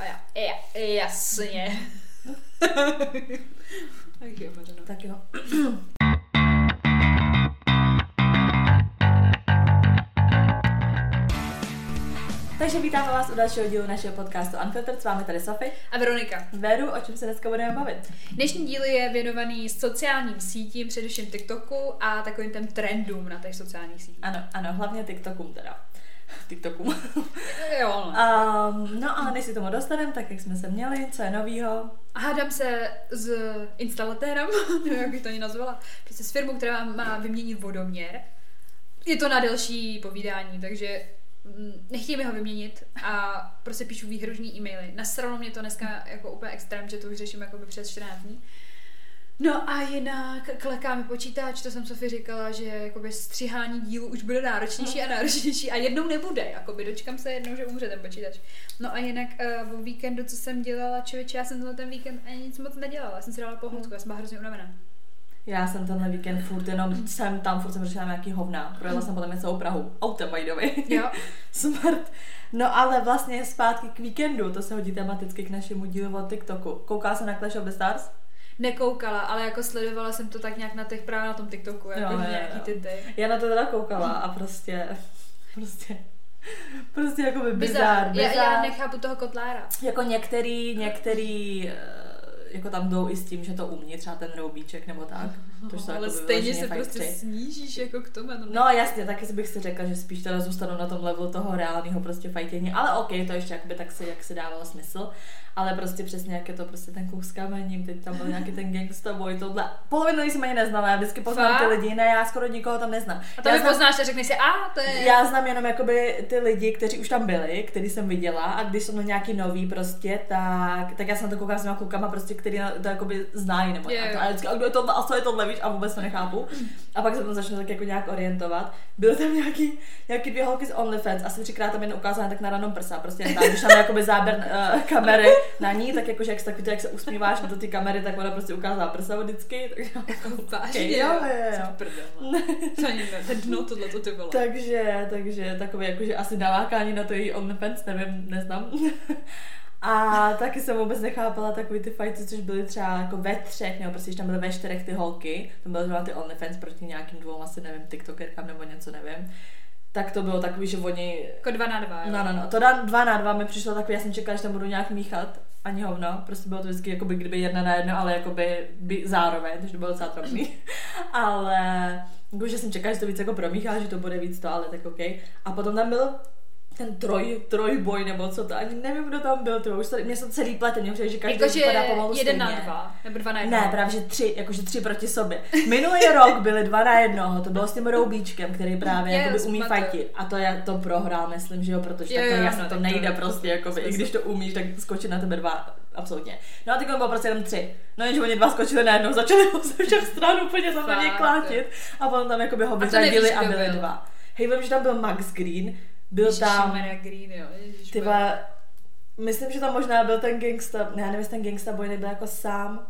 A já, jasně. Tak jo. Takže vítáme vás u dalšího dílu našeho podcastu Unfiltered, s vámi tady Sofie a Veronika. Veru, o čem se dneska budeme bavit? Dnešní díl je věnovaný sociálním sítím, především TikToku a takovým těm trendům na těch sociálních sítích. Ano, hlavně TikTokům teda. TikTokům. Jo. No ale než si tomu dostaneme, tak jak jsme se měli, co je novýho? Hádám se s instalatérem, nevím, jak bych to ani nazvala, prostě s firmou, která má vyměnit vodoměr. Je to na delší povídání, takže nechtějí mi ho vyměnit a prostě píšu výhružný e-maily. Nasralo mě to dneska jako úplně extrém, že to už řeším jako by přes 14 dní. No a jinak kleká mi počítač, to jsem Sofii říkala, že jakoby stříhání dílu už bude náročnější a náročnější a jednou nebude, jakoby dočkám se jednou, že umře ten počítač. No a jinak o víkendu, co jsem dělala, člověče, já jsem ten víkend ani nic moc nedělala, já jsem si dala pohledku, já jsem byla hrozně unavená. Já jsem tenhle víkend furt jenom furt jsem řešila nějaký hovna. Projela jsem potom celou Prahu. Autem, by the way. Jo. Smrt. No ale vlastně zpátky k víkendu, to se hodí tematicky k našemu dílu o TikToku. Koukala jsem na Clash of the Stars? Nekoukala, ale jako sledovala jsem to tak nějak právě na tom TikToku, jako nějaký ty. Já na to teda koukala a prostě jako by bizár. Já nechápu toho Kotlára. Jako některý jako tam jdou i s tím, že to umí, třeba ten roubíček nebo tak. Ale stejně se prostě snížíš jako k tomu. No jasně, taky bych si řekla, že spíš teda zůstanu na tom levelu toho reálného prostě fajtění, ale ok, to ještě jakoby tak si, jak si dávalo smysl, ale prostě přesně jak je to prostě ten kluk s kamením, teď tam byl nějaký ten gangsta boy, tohle. Polovinu jsem ani neznala, já vždycky poznám ty lidi, ne, já skoro nikoho tam neznám. A to poznáš a řekneš si, to je... Já znám jenom jakoby ty lidi, kteří už tam byli, který jsem viděla a když jsou nějaký nový prostě, tak já jsem to koukala s těma klukama prostě, který to jakoby znají nebo nějak. A vždycky, a kdo je tohle, a co je tohle, víš, a vůbec to nechápu. A pak se tam začnu tak jako nějak orientovat. Byly tam nějaký 2 holky z OnlyFans, asi 3krát tam jen ukázala tak na ranou prsa, prostě jen tak, když tam je jakoby záběr kamery na ní, tak jakože jak se usmíváš do ty kamery, tak ona prostě ukázala prsa vždycky. Vážně, jo. To je dno tohleto ty bylo. Takže takové jakože asi nalákání na to její OnlyFans, nevím, neznám. A taky jsem vůbec nechápala takový ty fighty, což byly třeba jako ve 3, nebo prostě, když tam byly ve 4 ty holky, to byly třeba ty OnlyFans proti nějakým 2, asi nevím, tiktokerkám nebo něco, nevím. Tak to bylo takový, že oni... Jako 2 na 2, jo? No, to 2 na 2 mi přišlo takový, já jsem čekala, že tam budu nějak míchat, ani hovno, prostě bylo to vždycky jakoby kdyby 1 na 1, ale jakoby zároveň, takže to bylo docela trapný. Ale jakože jsem čekala, že to víc jako promíchá, že to bude víc to, ale tak okej. A potom tam byl ten trojboj, nebo co to, ani nevím, kdo tam byl, to už mě se celý plete, mě že každý vypadá pomalu stejně. 1 na 2, nebo 2 na 1. Ne, právě, že 3, jakože 3 proti sobě. Minulý rok byly 2 na 1, to bylo s tím roubíčkem, který právě jakoby umí fajtit. A to prohrál, myslím, že jo, protože tak to jasně to nejde prostě, jakoby, i když to umíš, tak skočit na tebe 2, absolutně. No a teď bylo prostě jenom 3. No jenže oni 2 skočili najednou, začali ho se všech stran úplně tam na něj klátit a potom tam jakoby ho vyřadili a byly 2. Hej, vím, že tam byl Max Green. Byl tam Green, jo. Tyva, myslím, že tam možná byl ten gangsta, ne, nevím, jestli ten gangsta boy nebyl jako sám.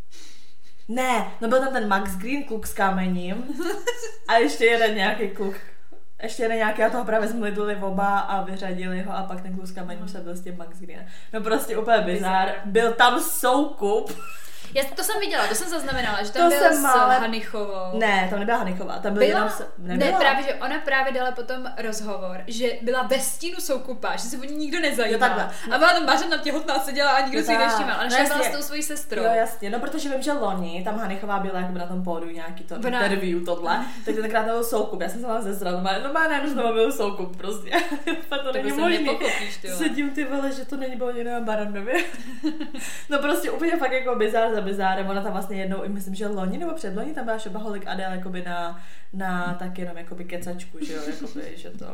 Ne, no byl tam ten Max Green, kluk s kamením a ještě jeden nějaký kluk. Ještě jeden nějaký, a toho právě zmlidili oba a vyřadili ho a pak ten kluk s kamením se byl s tím Max Green. No prostě úplně bizár. Byl tam Soukup. To jsem viděla, to jsem zaznamenala, že tam byl s Hanichovou. Ne, tam nebyla Hanichová, tam byl jenom Ne, právě, že ona právě dala potom rozhovor, že byla ve stínu Soukupa, že se o ní nikdo nezajímal. A byla tam Mařena těhotná seděla a nikdo si ji nevšímal. A našla byla s tou svojí sestrou. Jo, jasně, no protože vím, že loni tam Hanichová byla jako na tom pódu nějaký to interview tohle, tak tenkrát byl Soukup, já jsem se byla sestra, no znovu byl Soukup prostě. To není možný. Sedím ty vole, že to není bylo jenom na Barandově. No prostě úplně fakt jako bizár za bizárem, ona tam vlastně jednou, myslím, že loni nebo předloni tam byla Šobaholik Adele jakoby na tak jenom jakoby kecačku, že jo, jakoby, že to...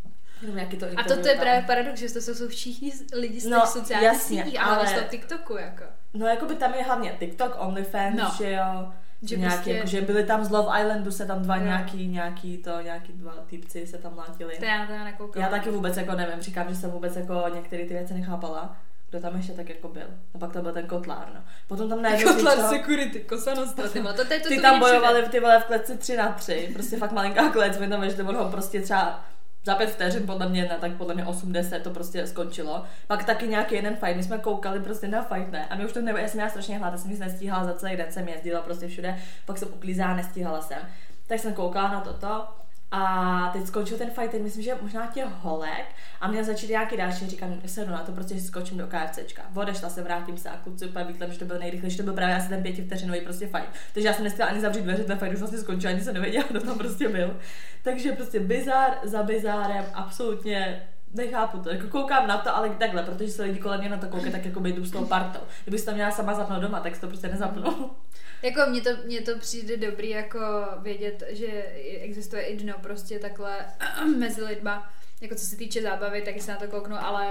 A to je právě paradox, že to jsou všichni lidi z těch sociálních sítích, ale z toho TikToku jako. No jakoby tam je hlavně TikTok, OnlyFans, že jo, že nějaký, prostě... jako, že byli tam z Love Islandu se tam nějaký 2 týpci se tam mlátili. To já nekoukala. Já taky vůbec jako nevím, říkám, že jsem vůbec jako některé ty věci nechápala. Kdo tam ještě tak jako byl. A pak to byl ten Kotlár, no. Potom tam najednou Kotlár security, Cosa Nostra, ty tam bojovali ty vole v kleci 3 na 3, prostě fakt malinká klec, my tam že on ho prostě třeba za 5 vteřin podle mě, tak podle mě 8-10 to prostě skončilo. Pak taky nějaký jeden fight, my jsme koukali prostě na fight, ne? A mě už to já jsem strašně hlad, jsem nic nestíhala, za celý den jsem jezdila prostě všude, pak jsem uklízela, nestíhala jsem. Tak jsem koukala na toto a teď skončil ten fight, teď myslím, že možná těch holek a měl začít nějaký další, říkám, sedu na to, prostě skočím do KFCčka. Odešla se, vrátím se a kluci úplně vítám, že to byl nejrychlejší, to byl právě asi ten 5 vteřinový prostě fight. Takže já jsem nestihla ani zavřít dveře, ten fight už vlastně skončil, ani jsem nevěděla, kdo tam prostě byl. Takže prostě bizár za bizárem, absolutně nechápu to, jako koukám na to, ale takhle, protože se lidi kolem mě na to koukají, tak jako jdu s tou partou. Kdybych to měla sama zapnout doma, tak to prostě nezapnu. Jako mně to přijde dobrý jako vědět, že existuje i dno prostě takhle mezi lidma, jako co se týče zábavy, taky se na to kouknu, ale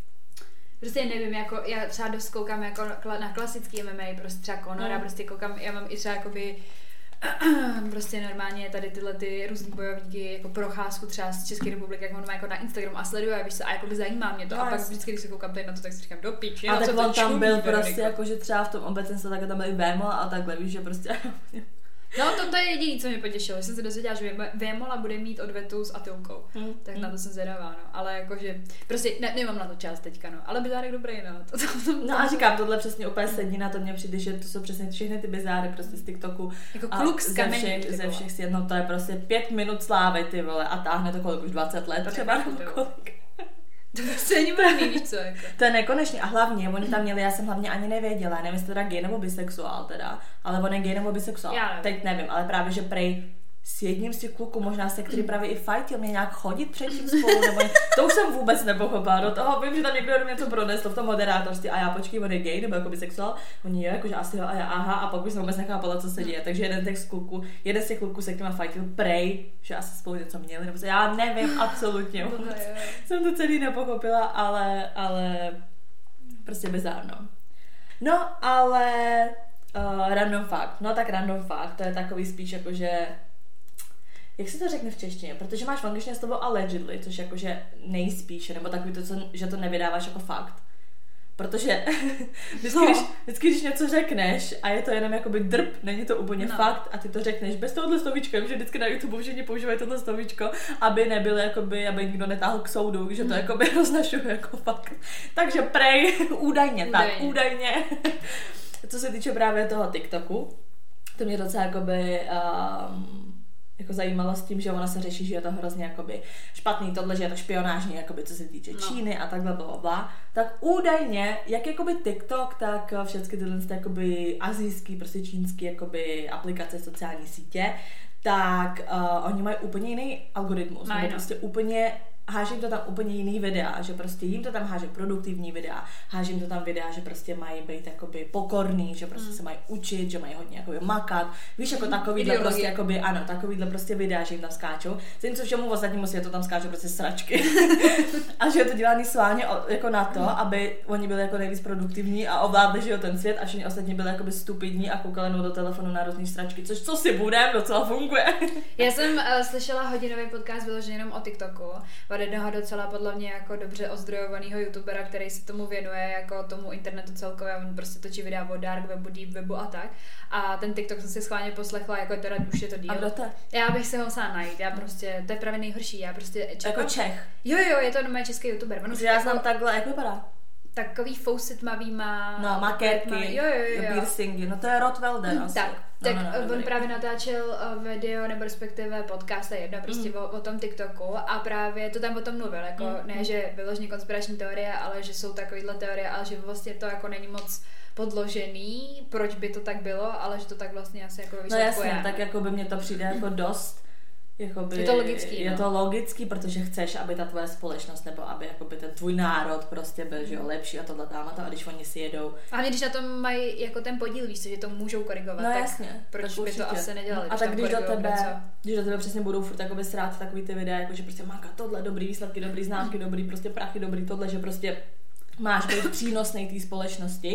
prostě nevím, jako já třeba dost koukám jako na klasický MMA, prostě třeba Conora, prostě koukám, já mám i třeba jakoby prostě normálně tady tyhle ty různý bojovníky jako procházku třeba z České republiky, jak on má jako na Instagramu a sleduje, víš se, a jakoby zajímá mě to a pak vždycky, když se koukám tady na to, tak si říkám do piči. A tak on tam byl prostě jako, že třeba v tom obecenstvu tak tam byl i Vémol a takhle, víš, že prostě No, to je jediné, co mě potěšilo. Jsem se dozvěděla, že Vémola bude mít odvetu s Atylkou. Tak na to jsem zvědavá, no. Ale jakože, prostě nemám na to čas teďka, no. Ale bizárek dobrý, no. No a říkám, tohle přesně úplně sedí na to, mě přijde, že to jsou přesně všechny ty bizáry prostě z TikToku. Jako kluk z kamení, ze všech svět, no to je prostě 5 minut slávy, ty vole, a táhne to kolik už 20 let, třeba kolik. To prostě není možný, víš co, jako. To je nekonečný a hlavně, oni tam měli, já jsem hlavně ani nevěděla, nevím, jestli teda gay nebo bisexuál teda, ale on je gay nebo bisexuál, teď nevím, ale právě, že prej s jedním z těch kluků, možná se, který právě i fightil, mě nějak chodit předtím spolu, nebo to už jsem vůbec nepochopila, do toho vím, že tam někdo něco pronesl v tom moderátorství a já počkej, on je gay nebo jako bisexuál, oni jo, jakože asi jo a já aha a pak už jsem vůbec nechápala, co se děje, takže jeden z těch kluků se k těma fightil prej, že asi spolu něco měli, nebo se, já nevím absolutně vůbec, jsem to celý nepochopila, ale prostě bizárno. No, ale random fact, no tak random fact, to je takový spíš jakože jak se to řekne v češtině? Protože máš v angličtině slovo allegedly, což jakože nejspíše, nebo takový to, že to nevydáváš jako fakt. Protože vždycky, když něco řekneš a je to jenom jakoby drb, není to úplně fakt a ty to řekneš bez tohohle slovíčka, že vždycky na YouTube všichni používají tohle slovíčko, aby nebyl jakoby, aby nikdo netáhl k soudu, že to jakoby roznašuje jako fakt. Takže prej, údajně. Co se týče právě toho TikToku, to mě docela jakoby jako zajímalo s tím, že ona se řeší, že je to hrozně jakoby špatný tohle, že je to špionážní, jakoby co se týče Číny a takhle blablabla, tak údajně, jak jakoby TikTok, tak všechny tyhle jakoby asijský, prostě čínský jakoby aplikace, sociální sítě, tak oni mají úplně jiný algoritmus, nebo prostě úplně háže jim to tam úplně jiný videa, že prostě jim to tam háže produktivní videa, háže jim to tam videa, že prostě mají být jakoby pokorný, že prostě se mají učit, že mají hodně jakoby makat, víš, jako takovýhle prostě jakoby, ano, takovýhle prostě videa, že jim tam skáčou, zatímco všemu ostatnímu světu tam skáčou prostě sračky. A že je to dělaný sválně jako na to, aby oni byli jako nejvíc produktivní a ovládli, že jo, ten svět a všichni ostatní byli jakoby stupidní a koukali do telefonu na různý sračky, což co si budem, docela funguje. Já jsem slyšela hodinový podcast vyložený jenom o TikToku. Od jednoho docela podle mě jako dobře ozdrojovaného youtubera, který se tomu věnuje jako tomu internetu celkově, on prostě točí videa o dark webu, deep webu a tak. A ten TikTok jsem si schválně poslechla, jako teda už je to díl. A kdo to? Já bych se ho musela najít, já prostě, to je právě nejhorší, já prostě jako Čech. Jo, je to normálně český youtuber. Já jako, znám takhle, jak vypadá? Takový fousy tmavý má. No, má kérky, jo. piercingy, no to je Rottweiler asi. Tak on právě natáčel video, nebo respektive podcast, je jedno, prostě o tom TikToku a právě to tam o tom mluvil, jako ne, že vyloženě konspirační teorie, ale že jsou takovýhle teorie, ale že vlastně to jako není moc podložený, proč by to tak bylo, ale že to tak vlastně asi jako výsledku. No jasně, tak jako by mně to přijde jako dost. Jakoby, je to logický, protože chceš, aby ta tvoje společnost nebo aby jakoby ten tvůj národ prostě byl, že jo, lepší a tohle dáma a když oni si jedou. A když na tom mají jako ten podíl, víš, že to můžou korigovat, no, tak jasně, proč tak by to asi nedělali? A tak když do tebe přesně budou furt jakoby srát takový ty videa, jako že prostě máka tohle, dobrý výsledky, dobrý známky, dobrý prostě prachy, dobrý tohle, že prostě máš být přínosnej té společnosti,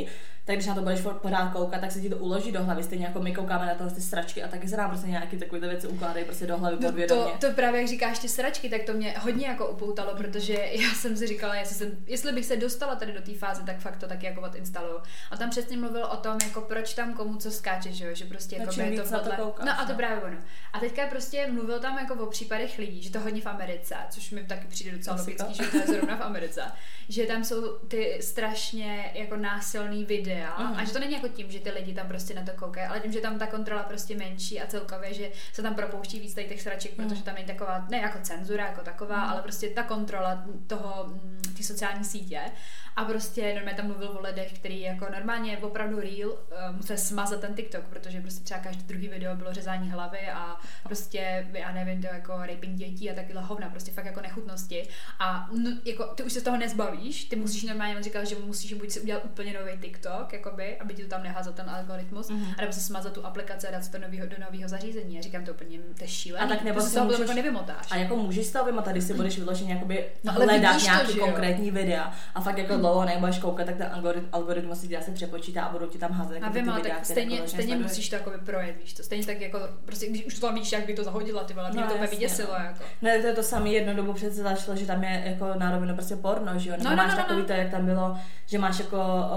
tak když na to budeš pořád koukat, tak se ti to uloží do hlavy, stejně jako my koukáme na tohle ty sračky a taky se nám prostě nějaký takovýhle věci ukládají prostě do hlavy podvědomě. To právě jak říkáš ty sračky, tak to mě hodně jako upoutalo, protože já jsem si říkala, jestli bych se dostala tady do té fáze, tak fakt to taky jako odinstaluju. A tam přesně mluvil o tom, jako proč tam komu co skáče, že prostě jako je to podle. No a to právě ono. A teďka prostě mluvil tam jako o případech lidí, že to hodně v Americe, což mi taky přijde docela logický, že to je zrovna v Americe, že tam jsou ty strašně jako násilný videa a že to není jako tím, že ty lidi tam prostě na to koukají, ale tím, že tam ta kontrola prostě menší a celkově, že se tam propouští víc tady těch sraček, protože tam není taková, ne jako cenzura jako taková, ale prostě ta kontrola toho, ty sociální sítě. A prostě normálně tam mluvil o lidech, který jako normálně opravdu real musel smazat ten TikTok, protože prostě třeba každý druhý video bylo řezání hlavy a prostě, já nevím, to jako raping dětí a takyhle hovna, prostě fakt jako nechutnosti. A no, jako ty už se z toho nezbavíš, ty musíš normálně, on říkal, že musíš buď si udělat úplně nový TikTok, jakoby, aby ti to tam neházal ten algoritmus, anebo se smazat tu aplikaci a dát se to do nového zařízení. Já říkám to úplně, to je šílený. A tak nebo se toho můžeš, jako nevymotáš. A jako můžeš z toho vymotat, když si budeš vyloženě jakoby hledat nějaký konkrétní videa a fakt jako dlouho nebudeš koukat, tak ten algoritmus si asi přepočítá a budou ti tam házet jako ty videa, tak stejně musíš to jakoby projet, víš to. Stejně tak jako prostě když už to tam vidíš, jak by to zahodila, ty vole, mě to úplně děsilo jako. Ne, to je to samé, jednu dobu přece začalo, že tam je jako na rovinu prostě porno, že jo? Nebo máš takový to, jak tam bylo, že máš jako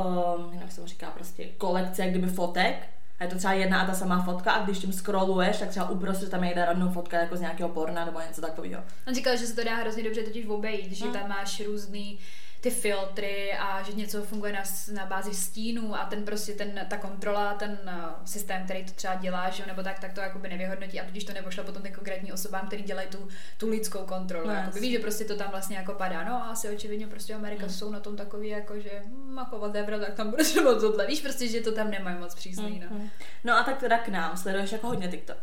jak se to říká, prostě kolekce jak kdyby fotek. A je to třeba jedna a ta samá fotka a když tím scrolluješ, tak třeba uprostřed tam je jedna rovnou fotka jako z nějakého porna nebo něco takového. On říkal, že se to dá hrozně dobře totiž obejít, že tam máš různý ty filtry a že něco funguje na bázi stínů a ten prostě ta kontrola, ten systém, který to třeba dělá, že nebo tak to jakoby nevyhodnotí a tudíž to nepošle potom ten konkrétní osobám, který dělají tu lidskou kontrolu. Jakoby, víš, že prostě to tam vlastně jako padá. No a asi očividně prostě Amerika jsou na tom takový jako, že jako whatever, tak tam bude třeba tohle. Víš prostě, že to tam nemají moc přísný. No a tak teda k nám, sleduješ jako hodně TikTok.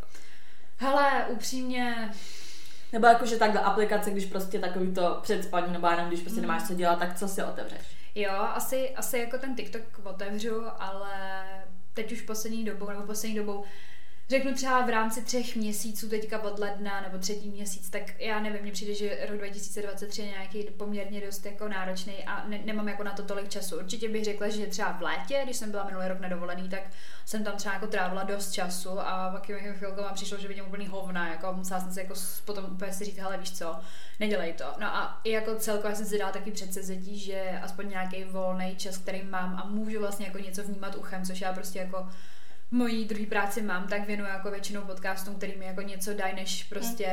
Hele, upřímně. Nebo jakože takhle aplikace, když prostě takový to před spaním, nebo jenom když prostě nemáš co dělat, tak co si otevřeš? Jo, asi jako ten TikTok otevřu, ale teď už poslední dobou řeknu třeba v rámci 3 měsíců, teďka od ledna nebo 3. měsíc, tak já nevím, mně přijde, že rok 2023 je nějaký poměrně dost jako náročný a nemám jako na to tolik času. Určitě bych řekla, že třeba v létě, když jsem byla minulý rok na dovolený, tak jsem tam třeba jako trávila dost času a pak jako chvilku vám přišlo, že vidím úplný hovna, jako musela jsem se jako potom úplně si říct, hele víš co, nedělej to. No a jako celkově jsem si dala taky předsevzetí, že aspoň nějaký volný čas, který mám a můžu vlastně jako něco vnímat uchem, což já prostě jako mojí druhý práci mám, tak věnuju jako většinou podcastům, který mi jako něco dají, než prostě.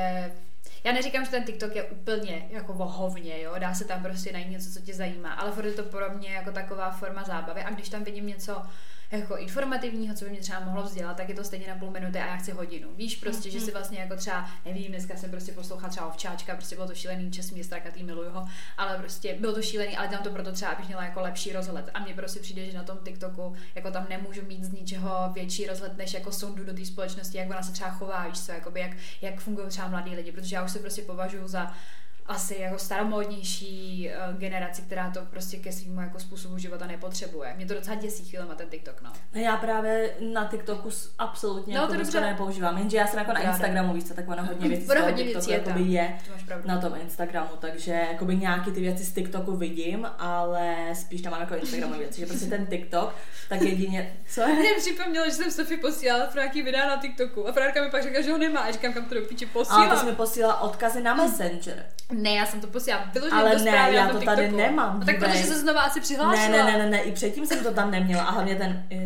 Já neříkám, že ten TikTok je úplně jako o hovně, jo, dá se tam prostě najít něco, co tě zajímá, ale furt je to pro mě jako taková forma zábavy a když tam vidím něco jako informativního, co by mě třeba mohlo vzdělat, tak je to stejně na půl minuty a já chci hodinu. Víš prostě, že si vlastně jako třeba, nevím, dneska jsem prostě poslouchala třeba Ovčáčka, prostě bylo to šílený, Česmír Strakatý, miluju ho, ale prostě bylo to šílený, ale dělám to proto třeba, abych měla jako lepší rozhled. A mně prostě přijde, že na tom TikToku jako tam nemůžu mít z ničeho větší rozhled, než jako sondu do té společnosti, jak ona se třeba chová, víš co, jakoby jak fungují třeba mladí lidi, protože já už se prostě považuji za asi jako staromódnější generaci, která to prostě ke svému jako způsobu života nepotřebuje. Mě to docela děsí chvílema ten TikTok, no. Já právě na TikToku absolutně jako to nepoužívám, jenže já jsem jako na Instagramu, víš co, tak ono hodně věcí z toho TikToku jakoby je na tom Instagramu, takže jakoby nějaký ty věci z TikToku vidím, ale spíš tam mám jako Instagramu věci, že prostě ten TikTok, tak jedině, co je? Mě připomnělo, že jsem Sofii posílala pro nějaký videa na TikToku a Frárka mi pak řekla, že ho nemá a říkám, kam to do píči posílám. Ale ty jsi mi posílala odkazy na Messenger. Ne, já jsem to posílala vyloženě ale do zprávy já na tom to tady TikToku. nemám. No, tak protože se znova asi přihlásila. Ne, i předtím jsem to tam neměla a hlavně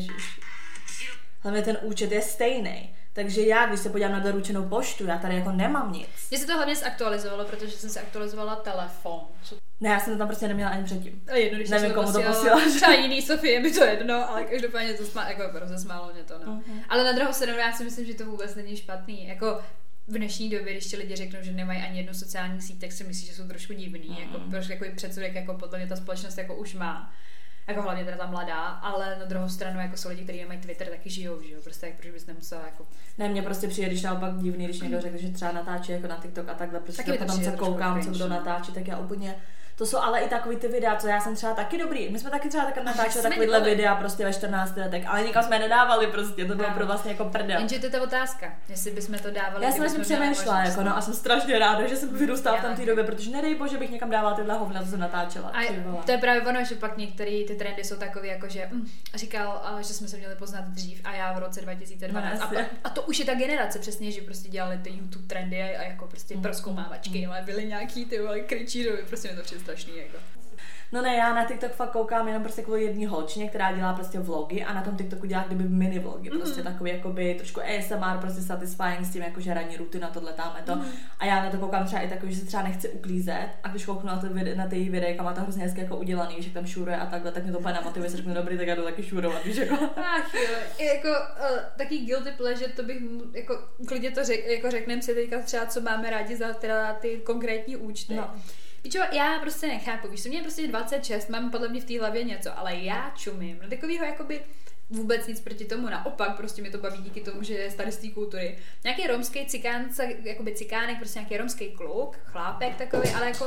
ten účet je stejný. Takže já, když se podívám na doručenou poštu, já tady jako nemám nic. Mně se to hlavně zaktualizovalo, protože jsem si aktualizovala telefon. Ne, já jsem to tam prostě neměla ani předtím. Jedno, když nevím, komu to posílala. Třeba jiný Sofie, mi to jedno, ale každopádně to rozesmálo mě to, no. Ale na druhou stranu já si myslím, že to vůbec není špatný. Jako v dnešní době, když ti lidi řeknou, že nemají ani jednu sociální síť, tak si myslí, že jsou trošku divný. Jako, prostě jako předsudek, jako podle mě ta společnost jako už má. Jako hlavně teda ta mladá, ale na druhou stranu jako jsou lidi, kteří nemají Twitter, taky žijou, že jo? Prostě jak proč bys nemusela jako. Ne, mě prostě přijde, když naopak divný, když někdo řekne, že třeba natáčí jako na TikTok a takhle, prostě taky potom co koukám, co kdo natáčí, tak já úplně To jsou ale i takový ty videa, co já jsem třeba taky dobrý. My jsme taky třeba tak natáčeli takovýhle videa prostě ve 14 letech, ale nikam jsme nedávali prostě, to bylo pro vlastně jako prdel. Jenže to je ta otázka, jestli bychom to dávali. Já jsem si přemýšlela, jako no, a jsem strašně ráda, že jsem vyrůstala v tam té době, protože nedej bože, bych někam dávala tyhle hovna, co jsem natáčela. A to je právě ono, že pak některé ty trendy jsou takové, jako že říkal, že jsme se měli poznat dřív a já v roce 2012. No, a to už je ta generace přesně, že prostě dělali ty YouTube trendy a jako prostě prozkoumávačky, ale byly nějaký ty kričířovi, prostě mi to přijde strašný jako. No ne, já na TikTok fakt koukám jenom prostě kvůli jedný holčině, která dělá prostě vlogy a na tom TikToku dělá kdyby mini vlogy, prostě takový jakoby trošku ASMR, prostě satisfying s tím jakože ranní rutina, tohle táme to. A já na to koukám třeba i takový, že se třeba nechci uklízet a když kouknu na ty videjka, má to hrozně hezky jako udělaný, že tam šuruje a takhle, tak mě to úplně namotivuje, že řeknu dobrý, tak já jdu taky šurovat, víš jako. Ach jo, jako taký guilty pleasure, to bych jako klidně to řekneme si teďka třeba, co máme rádi za teda ty konkrétní účty. No. Víš, já prostě nechápu, víš, mě prostě 26, mám podle mě v té hlavě něco, ale já čumím na takovýho jakoby vůbec nic proti tomu, naopak prostě mě to baví díky tomu, že je tady z té kultury. Nějaký romský jakoby cikánek, prostě nějaký romský kluk, chlápek takový, ale jako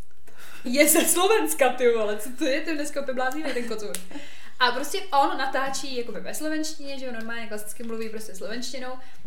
je ze Slovenska, ty vole, co to je, ty dneska opět blázivý ten kocour. A prostě on natáčí jakoby ve slovenštině, že jo, normálně klasicky mluví prostě slovenštinou,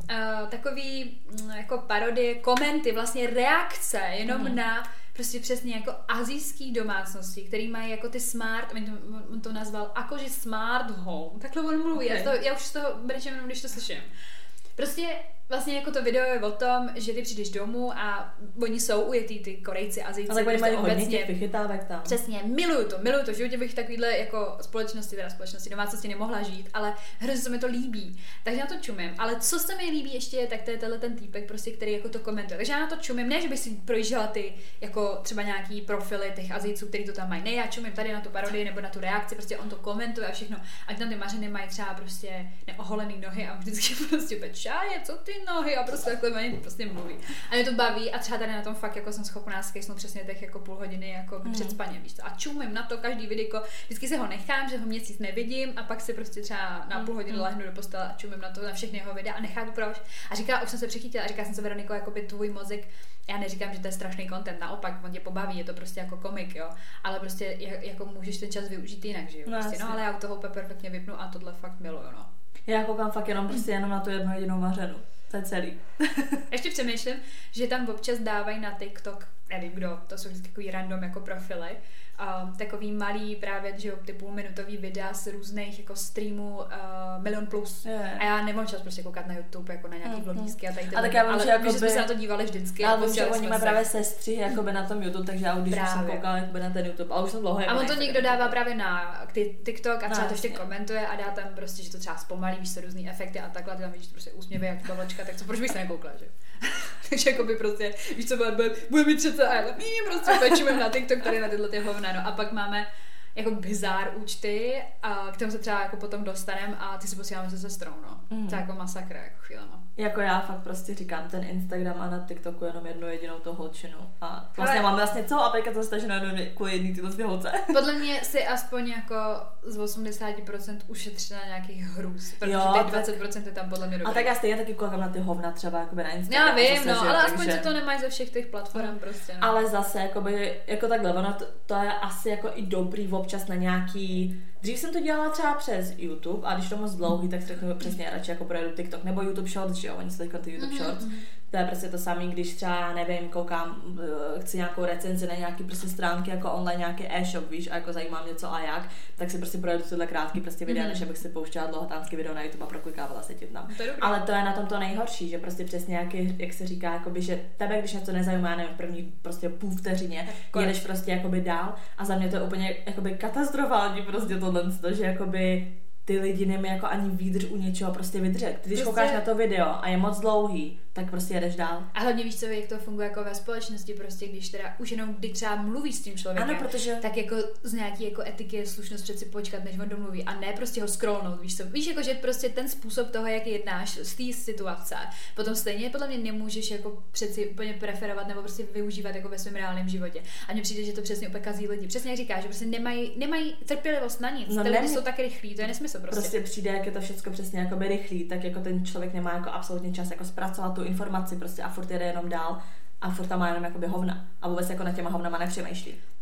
takový jako parodie, komenty, vlastně reakce jenom na prostě přesně jako asijský domácnosti, který mají jako ty smart, on to nazval jakože smart home, takhle on mluví, já už z toho brečím jenom, když to slyším. Prostě vlastně jako to video je o tom, že ty přijdeš domů a oni jsou ujetý, ty Korejci, Azijci. Ale oni mají hodně těch vychytávek tam. Přesně, miluju to, v životě bych takovýhle jako společnosti domácnosti nemohla žít, ale hrozně se mi to líbí, takže na to čumím. Ale co se mi líbí ještě je, tak to je ten týpek, prostě, který jako to komentuje. Takže já na to čumím, ne, že bych si projížděla ty jako třeba nějaký profily těch Azijců, který to tam mají. Ne, já čumím tady na tu parodii nebo na tu reakci, prostě on to komentuje a všechno. Ať tam ty mařeny mají třeba prostě neoholený nohy a vždycky prostě pečáje, co ty nohy a prostě takhle oni prostě mluví. A mě to baví a třeba tady na tom fakt jako jsem schopná skejsnout přesně těch jako půl hodiny jako před spaním, víš to. A čumím na to každý videjko, vždycky si ho nechám, že ho měsíc nevidím a pak si prostě třeba na půl hodiny lehnu do postele a čumím na to, na všechny jeho videa a nechápu proč. A říká, už jsem se přichytila a říká jsem se, Veroniko, jakoby tvůj mozek, já neříkám, že to je strašný content, naopak, on tě pobaví, je to prostě jako komik, jo, ale prostě jako můžeš ten čas využít jinak, že jo, prostě, no ale já u toho perfektně vypnu a tohle fakt miluju, no. Já koukám fakt jenom prostě jenom na tu jednu jedinou vařenu. To je celý. Ještě přemýšlím, že tam občas dávají na TikTok, nevím kdo, to jsou vždycky takový random jako profily, takový malý právě, že jo, ty půlminutový videa z různých jako streamů milion plus. A já nemám čas prostě koukat na YouTube jako na nějaký vlogísky a tady tak já vím, že jsme se na to dívali vždycky. Ale že oni mají právě sestřih jakoby na tom YouTube, takže já už když jsem koukala jakoby na ten YouTube, ale už jsem dlouho. A on to někdo dává právě na TikTok a třeba to ještě komentuje a dá tam prostě, že to třeba zpomalí, víš, to různý efekty a takhle, ty tam vidíš prostě úsměvy jak bavlečka, tak co, proč bych se nekoukla, že? Takže jakoby prostě, víš co, bude mít 30 a já prostě pečujeme na TikTok tady na tyhle ty hovna, no a pak máme jako bizár účty, a k tomu se třeba jako potom dostaneme a ty si posíláme se sestrou, no. To je jako masakra, jako chvílema. Jako já fakt prostě říkám, ten Instagram a na TikToku jenom jednu jedinou toho holčinu. A vlastně mám vlastně celou aplikaci staženou jako jedný tyhle holce. Podle mě si aspoň jako z 80% ušetří na nějakých hrůz, protože těch 20% je tam podle mě dobrý. A tak já stejně taky koukám na ty hovna třeba jakoby na Instagram. Já vím, no, ale aspoň se to nemají ze všech těch platform prostě, no. Ale zase jakoby, jako takhle, ono to je asi jako i dobrý občas na nějaký. Dřív jsem to dělala třeba přes YouTube a když to moc dlouhý, tak řeknu přesně radši jako projedu TikTok nebo YouTube Shorts, že jo, oni se teďka ty YouTube Shorts. To je prostě to samé, když třeba, nevím, koukám, chci nějakou recenzi na nějaký prostě stránky jako online, nějaký e-shop, víš, a jako zajímá mě co a jak, tak si prostě projedu tyhle krátký prostě videa, než abych si pouštěla dlouhotánský video na YouTube a proklikávala se tím tam. Ale to je na tom to nejhorší, že prostě přesně jak se říká, jakoby, že tebe, když něco nezajímá, nevím, v první prostě půl vteřině, jedeš prostě jakoby dál a za mě to je úplně jakoby katastrofální prostě tohle, že jakoby ty lidi nemají jako ani výdrž u něčeho prostě vydržet. Když koukáš na to video a je moc dlouhý, tak prostě jedeš dál. A hlavně víš co, jak to funguje jako ve společnosti, prostě když teda už jenom kdy třeba mluvíš s tím člověkem, ano, protože tak jako z nějaký jako etiky je slušnost přeci počkat, než on domluví a ne prostě ho scrollnout, víš co. Víš jako, že prostě ten způsob toho, jak jednáš z té situace, potom stejně podle mě nemůžeš jako přeci úplně preferovat nebo prostě využívat jako ve svém reálném životě. A mně přijde, že to přesně úplně kazí lidi. Přesně jak říkáš, že prostě nemají trpělivost na nic. Ty lidi jsou tak rychlí, to je nesmysl prostě přijde, jak je to všechno přesně jako rychlý, tak jako ten člověk nemá jako absolutně čas jako zpracovat tu informaci prostě a furt jede jenom dál a furt tam má jenom jakoby hovna a vůbec jako na těma hovnama nepřemýšlí.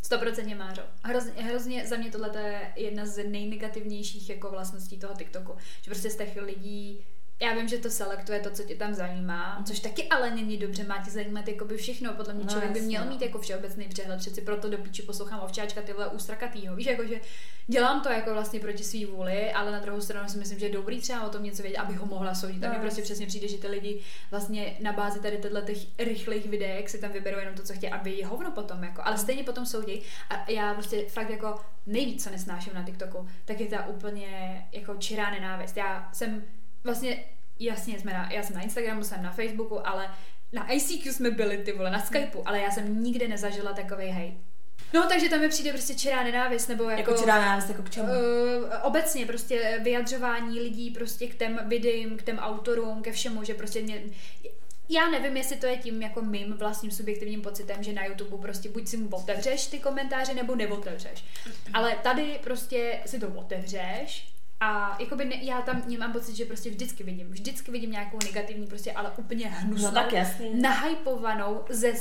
100% Mářo. Hrozně za mě tohle je jedna z nejnegativnějších jako vlastností toho TikToku. Že prostě z těch lidí, já vím, že to selektuje to, co tě tam zajímá, což taky ale není dobře, má tě zajímat jakoby všechno, podle mě člověk by měl mít jako všeobecný přehled, přeci proto do píči poslouchám Ovčáčka, tyhle ústrakatýho, víš, jakože dělám to jako vlastně proti svý vůli, ale na druhou stranu si myslím, že je dobrý třeba o tom něco vědět, abych ho mohla soudit. A mi prostě přesně přijde, že ty lidi vlastně na bázi tady těch rychlých videek si tam vyberou jenom to, co chtějí, aby je hovno potom jako, ale stejně potom soudí. A já prostě fakt jako nejvíc, co nesnáším na TikToku, tak je ta úplně jako čirá nenávist. Já jsem vlastně, jasně, já jsem na Instagramu, jsem na Facebooku, ale na ICQ jsme byli, ty vole, na Skypeu, ale já jsem nikdy nezažila takovej hejt. No, takže tam mi přijde prostě čirá nenávist, nebo jako čirá nenávist, jako k čemu? Obecně prostě vyjadřování lidí prostě k těm videím, k těm autorům, ke všemu, že prostě já nevím, jestli to je tím jako mým vlastním subjektivním pocitem, že na YouTube prostě buď si mu otevřeš ty komentáře, nebo neotevřeš. Ale tady prostě si to otevřeš. A jakoby já tam mám pocit, že prostě vždycky vidím nějakou negativní, prostě ale úplně hnusnou, no, tak jasně, nahypovanou ze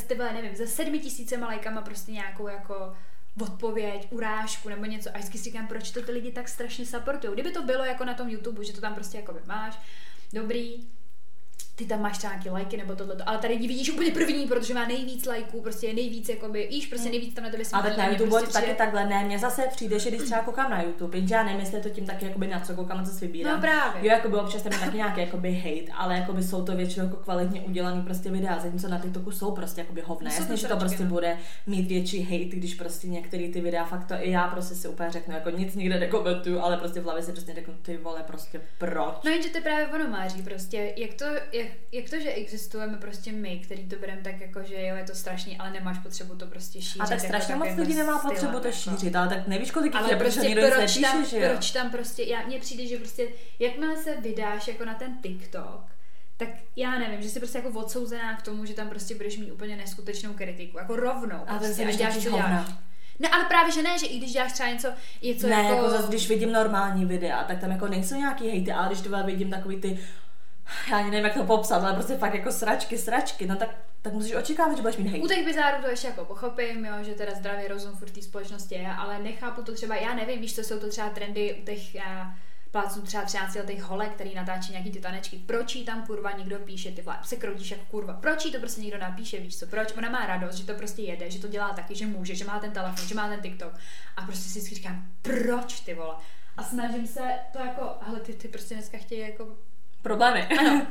7 000 lajkama prostě nějakou jako odpověď, urážku nebo něco. A vždycky si říkám, proč to ty lidi tak strašně supportujou. Kdyby to bylo jako na tom YouTube, že to tam prostě jakoby máš, dobrý, ty tam máš nějaký lajky nebo tohleto, ale tady vidíš úplně první, protože má nejvíc lajků, prostě nejvíc jakoby, víš, prostě nejvíc tam na tebe smíří. A tak na YouTube prostě taky takhle, ne, mně zase přijde, že když třeba koukám na YouTube, jenže já nevím, jestli je to tím taky jakoby na co koukám, na co si vybírám. No právě. Jo, jakoby občas tam je taky nějaký jakoby hate, ale jakoby jsou to většinou jako kvalitně udělaný prostě videa, zatímco na TikToku jsou prostě jakoby hovné. Jasně, že to prostě bude mít větší hate, když prostě některé ty videa fakt to i já prostě si úplně řeknu, jako nic nikde nekomentuju, ale prostě v hlavě si prostě řeknu, ty vole, prostě proč. No jenže to je právě ono, Máří, prostě jak to, že existujeme prostě my, který to bereme tak jako, že jo, je to strašný, ale nemáš potřebu to prostě šířit. A tak strašně moc lidí nemá potřebu to šířit, ale tak nevíš, kolik ale je, prostě proč tam prostě, mně přijde, že prostě, jakmile se vydáš jako na ten TikTok, tak já nevím, že jsi prostě jako odsouzená k tomu, že tam prostě budeš mít úplně neskutečnou kritiku, jako rovnou. A prostě, a děláš, co děláš. No ale právě, že ne, že i když děláš třeba něco ne, jako zase, když vidím normální videa, tak tam jako nejsou nějaký hejty, ale když to vidím takový ty, já nevím, jak to popsat, ale prostě fakt jako sračky, no tak musíš očekávat, že budeš mít hejt. U těch bizárů to ještě jako pochopím, jo, že teda zdravý rozum furt té společnosti je, ale nechápu to třeba, já nevím, víš, co jsou to třeba trendy u těch pláců třeba 13letých holek, který natáčí nějaký ty tanečky. Proč jí tam kurva někdo píše, ty vole, se kroutíš jako kurva. Proč jí to prostě někdo napíše, víš co? Proč? Ona má radost, že to prostě jede, že to dělá taky, že může, že má ten telefon, že má ten TikTok. A prostě si vždycky říkám, proč ty vole? A snažím se to jako, ale ty prostě dneska chtějí jako problémy. Ano.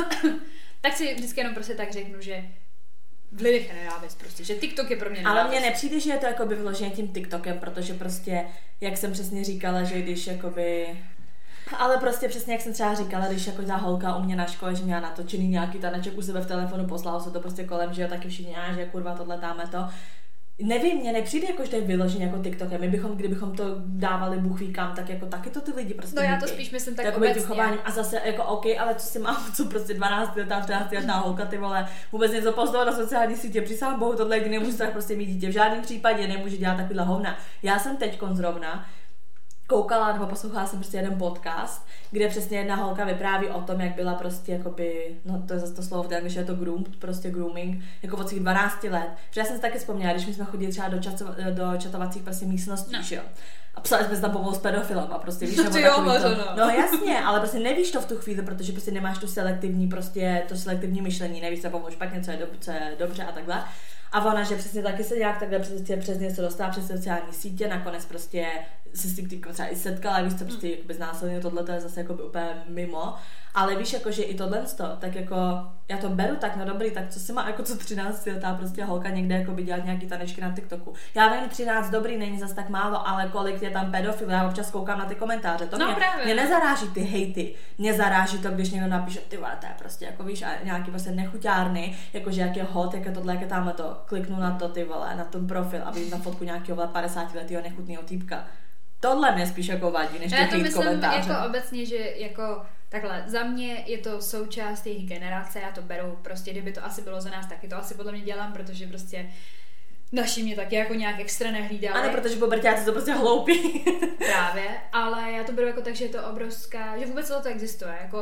Tak si vždycky jenom prostě tak řeknu, že v lidech je nenávist prostě, že TikTok je pro mě nenávist. Ale mně nepřijde, že je to jakoby vyloženě tím TikTokem, protože prostě, jak jsem přesně říkala, že když jakoby... Ale prostě přesně jak jsem třeba říkala, když jako ta holka u mě na škole, že měla natočený nějaký taneček u sebe v telefonu, poslalo se to prostě kolem, že jo, taky všichni, že kurva tohle táme to. Nevím, mně nepřijde jako, že to je vyloženě jako TikTokem. My kdybychom to dávali Bůh ví kam, tak jako taky to ty lidi prostě. No já to spíš myslím tak obecně. Chováním. A zase jako OK, ale co si mám, co prostě 12letá, 13letá holka, ty vole, vůbec něco postovat na sociální sítě. Přísahám Bohu, tohle jediný nemůže tak prostě mít dítě. V žádném případě nemůže dělat takovýhle hovna. Já jsem teďkon zrovna koukala nebo poslouchala jsem prostě jeden podcast, kde přesně jedna holka vypráví o tom, jak byla prostě jakoby, no to je zase to slovo, takže je to groomed, prostě grooming, jako od svých 12 let. Protože já jsem si taky vzpomněla, když my jsme chodili třeba do čatovacích prostě místností, že jo. A psali jsme tam pomalu s pedofilem a prostě víš, nebo takový to. No jasně, ale prostě nevíš to v tu chvíli, protože prostě nemáš tu selektivní myšlení, nevíš se pomalu špatně, co je dobře a takhle. A ona, že přesně taky se nějak takhle přes něco dostala přes sociální sítě, nakonec prostě se s tím třeba i setkala, víš co, prostě jakoby znásilnil, tohle to je zase jakoby úplně mimo, ale víš, jako, že i tohle tak jako, já to beru tak, no dobrý, tak co si má jako co 13letá prostě holka někde jakoby dělat nějaký tanečky na TikToku. Já vím, 13 dobrý, není zase tak málo, ale kolik je tam pedofil, já občas koukám na ty komentáře, to mě nezaráží ty hejty, mě zaráží to, když někdo napíše, ty vole, to je prostě jako víš, a nějaký prostě nechuťárny, jakože jak je hot, jak je tohle, jak je tamhle to, kliknu na to, ty vole, na ten profil a vidím na fotku nějakého 50letého nechutného týpka. Tohle mě spíš jako vadí, než ty hejt komentáře. Já to myslím obecně, že jako takhle, za mě je to součást jejich generace, já to beru, prostě kdyby to asi bylo za nás, taky to asi podle mě dělám, protože prostě naši mě taky jako nějak extra nehlídali. Ano, protože puberťáci to prostě hloupí. Právě, ale já to beru jako tak, že je to obrovská, že vůbec to existuje, jako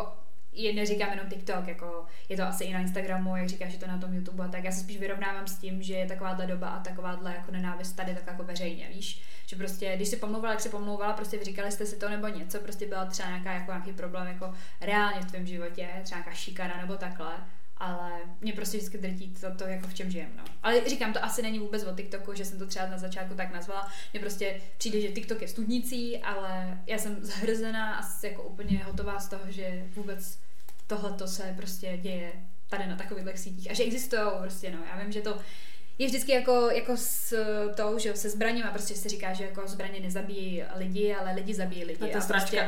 neříkám jenom TikTok, jako je to asi i na Instagramu, jak říkáš, že to na tom YouTube, tak já se spíš vyrovnávám s tím, že je takováhle doba a takováhle jako nenávist tady tak jako veřejně, víš, že prostě, když si pomlouvala, prostě vyříkali jste si to nebo něco, prostě byla třeba nějaký problém jako reálně v tvém životě, třeba nějaká šikana nebo takhle, ale mě prostě vždycky drtí to jako v čem žijem, no. Ale říkám, to asi není vůbec o TikToku, že jsem to třeba na začátku tak nazvala. Mně prostě přijde, že TikTok je studnicí, ale já jsem zhrzená a jako úplně hotová z toho, že vůbec tohleto se prostě děje tady na takových sítích a že existují prostě, no. Já vím, že to je vždycky jako s tou, že se zbraněma prostě se říká, že jako zbraně nezabíjí lidi, ale lidi zabíjí lidi. To prostě,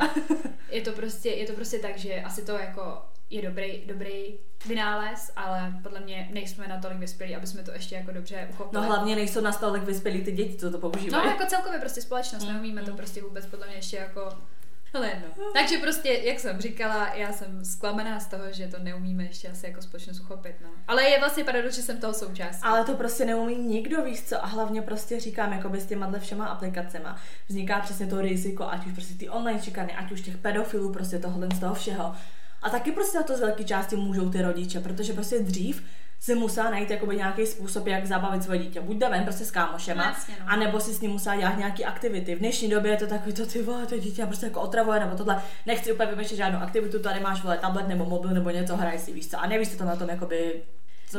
je to prostě tak, že asi to jako je dobrý vynález, ale podle mě nejsme natolik vyspělí, aby jsme to ještě jako dobře uchopili. No hlavně nejsou natolik vyspělí ty děti, co to používají. No jako celkově prostě společnost, neumíme to prostě vůbec podle mě ještě jako ale jedno. Takže prostě, jak jsem říkala, já jsem zklamaná z toho, že to neumíme ještě asi jako společnost uchopit, no. Ale je vlastně paradox, že jsem toho součástí. Ale to prostě neumí nikdo, víš co? A hlavně prostě říkám, jakoby s těma všema aplikacema vzniká přesně to riziko, ať už prostě ty online šikany, ať už těch pedofilů, prostě tohle z toho všeho. A taky prostě na to z velké části můžou ty rodiče, protože prostě dřív si musela najít jakoby nějaký způsob, jak zabavit svoje dítě. Buď jde ven prostě s kámošema, vlastně, no. anebo si s ním musela dělat nějaký aktivity. V dnešní době je to takový to, ty vole, to dítě prostě jako otravuje, nebo tohle. Nechci úplně vymýšlet žádnou aktivitu, tady máš vole tablet nebo mobil nebo něco, hraj si, víš co. A nevíš, co to na tom jakoby to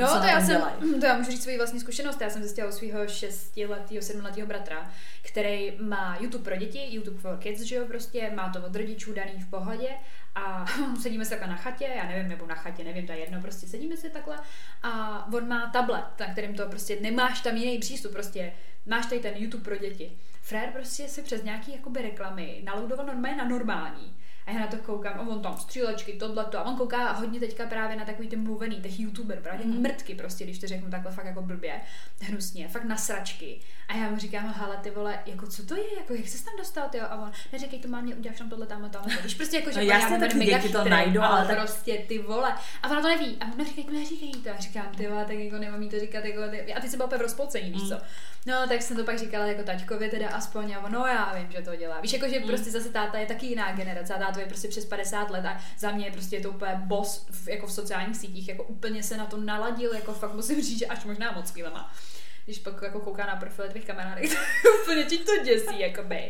já můžu říct svoji vlastní zkušenost. Já jsem zjistila u svého 6letého, 7letého bratra, který má YouTube pro děti, YouTube for Kids, že jo, prostě má to od rodičů daný v pohodě a sedíme se takhle na chatě, já nevím, nebo na chatě, nevím, to je jedno, prostě sedíme si takhle a on má tablet, na kterým to prostě nemáš tam jiný přístup, prostě máš tady ten YouTube pro děti. Frér prostě si přes nějaký jakoby reklamy naloudoval normálně na normální. A já na to koukám, a on tam střílečky, tohleto, a on kouká hodně teďka právě na takový ty mluvený, těch youtuber, právě mrtky prostě, když to řeknu takhle fakt jako blbě, hnusně, fakt na sračky. A já mu říkám, hele ty vole, jako co to je, jako jak jsi tam dostal, tyjo? A on, neříkej to mámě, uděláš tam tohle, tam. Když prostě jako, že no jasně, tak děti to najdou, ale tak prostě ty vole. A ona to neví, a on neříkej to. A říkám, ty vole, tak jako nemám jí to říkat, jako, a ty jsi byl úplně v rozpolcení, víš co. No, tak jsem to pak říkala jako taťkovi teda aspoň, a no já vím, že to dělá. Víš, jako že prostě zase táta je taky jiná generace, a táto je prostě přes 50 let a za mě je prostě to úplně boss jako v sociálních sítích, jako úplně se na to naladil, jako fakt musím říct, že až možná moc kilema. Když pak jako kouká na profily tvých kamarádek, úplně ti to děsí, jakoby.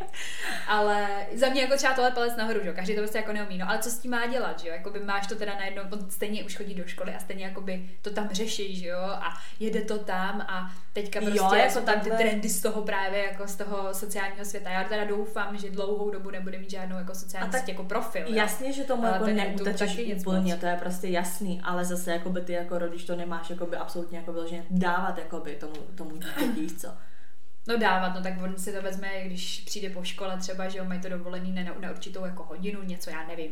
Ale za mě jako třeba tohle palec nahoru, že jo, každý to prostě jako neumí, no ale co s tím má dělat, že jo, jakoby máš to teda najednou, on stejně už chodí do školy a stejně jakoby to tam řeší, že jo, a jede to tam a teďka prostě jo, jako tam ty trendy z toho právě jako z toho sociálního světa. Já teda doufám, že dlouhou dobu nebude mít žádnou jako sociální síť jako profil. Jasně, že tomu jako neutečeš úplně, to je prostě jasný, ale zase jakoby ty jako rodič to nemáš jakoby absolutně jako vyloženě dávat jakoby tomu dítěti, co? No dávat, no tak on si to vezme, když přijde po škole třeba, že jo, mají to dovolený na určitou jako hodinu, něco, já nevím,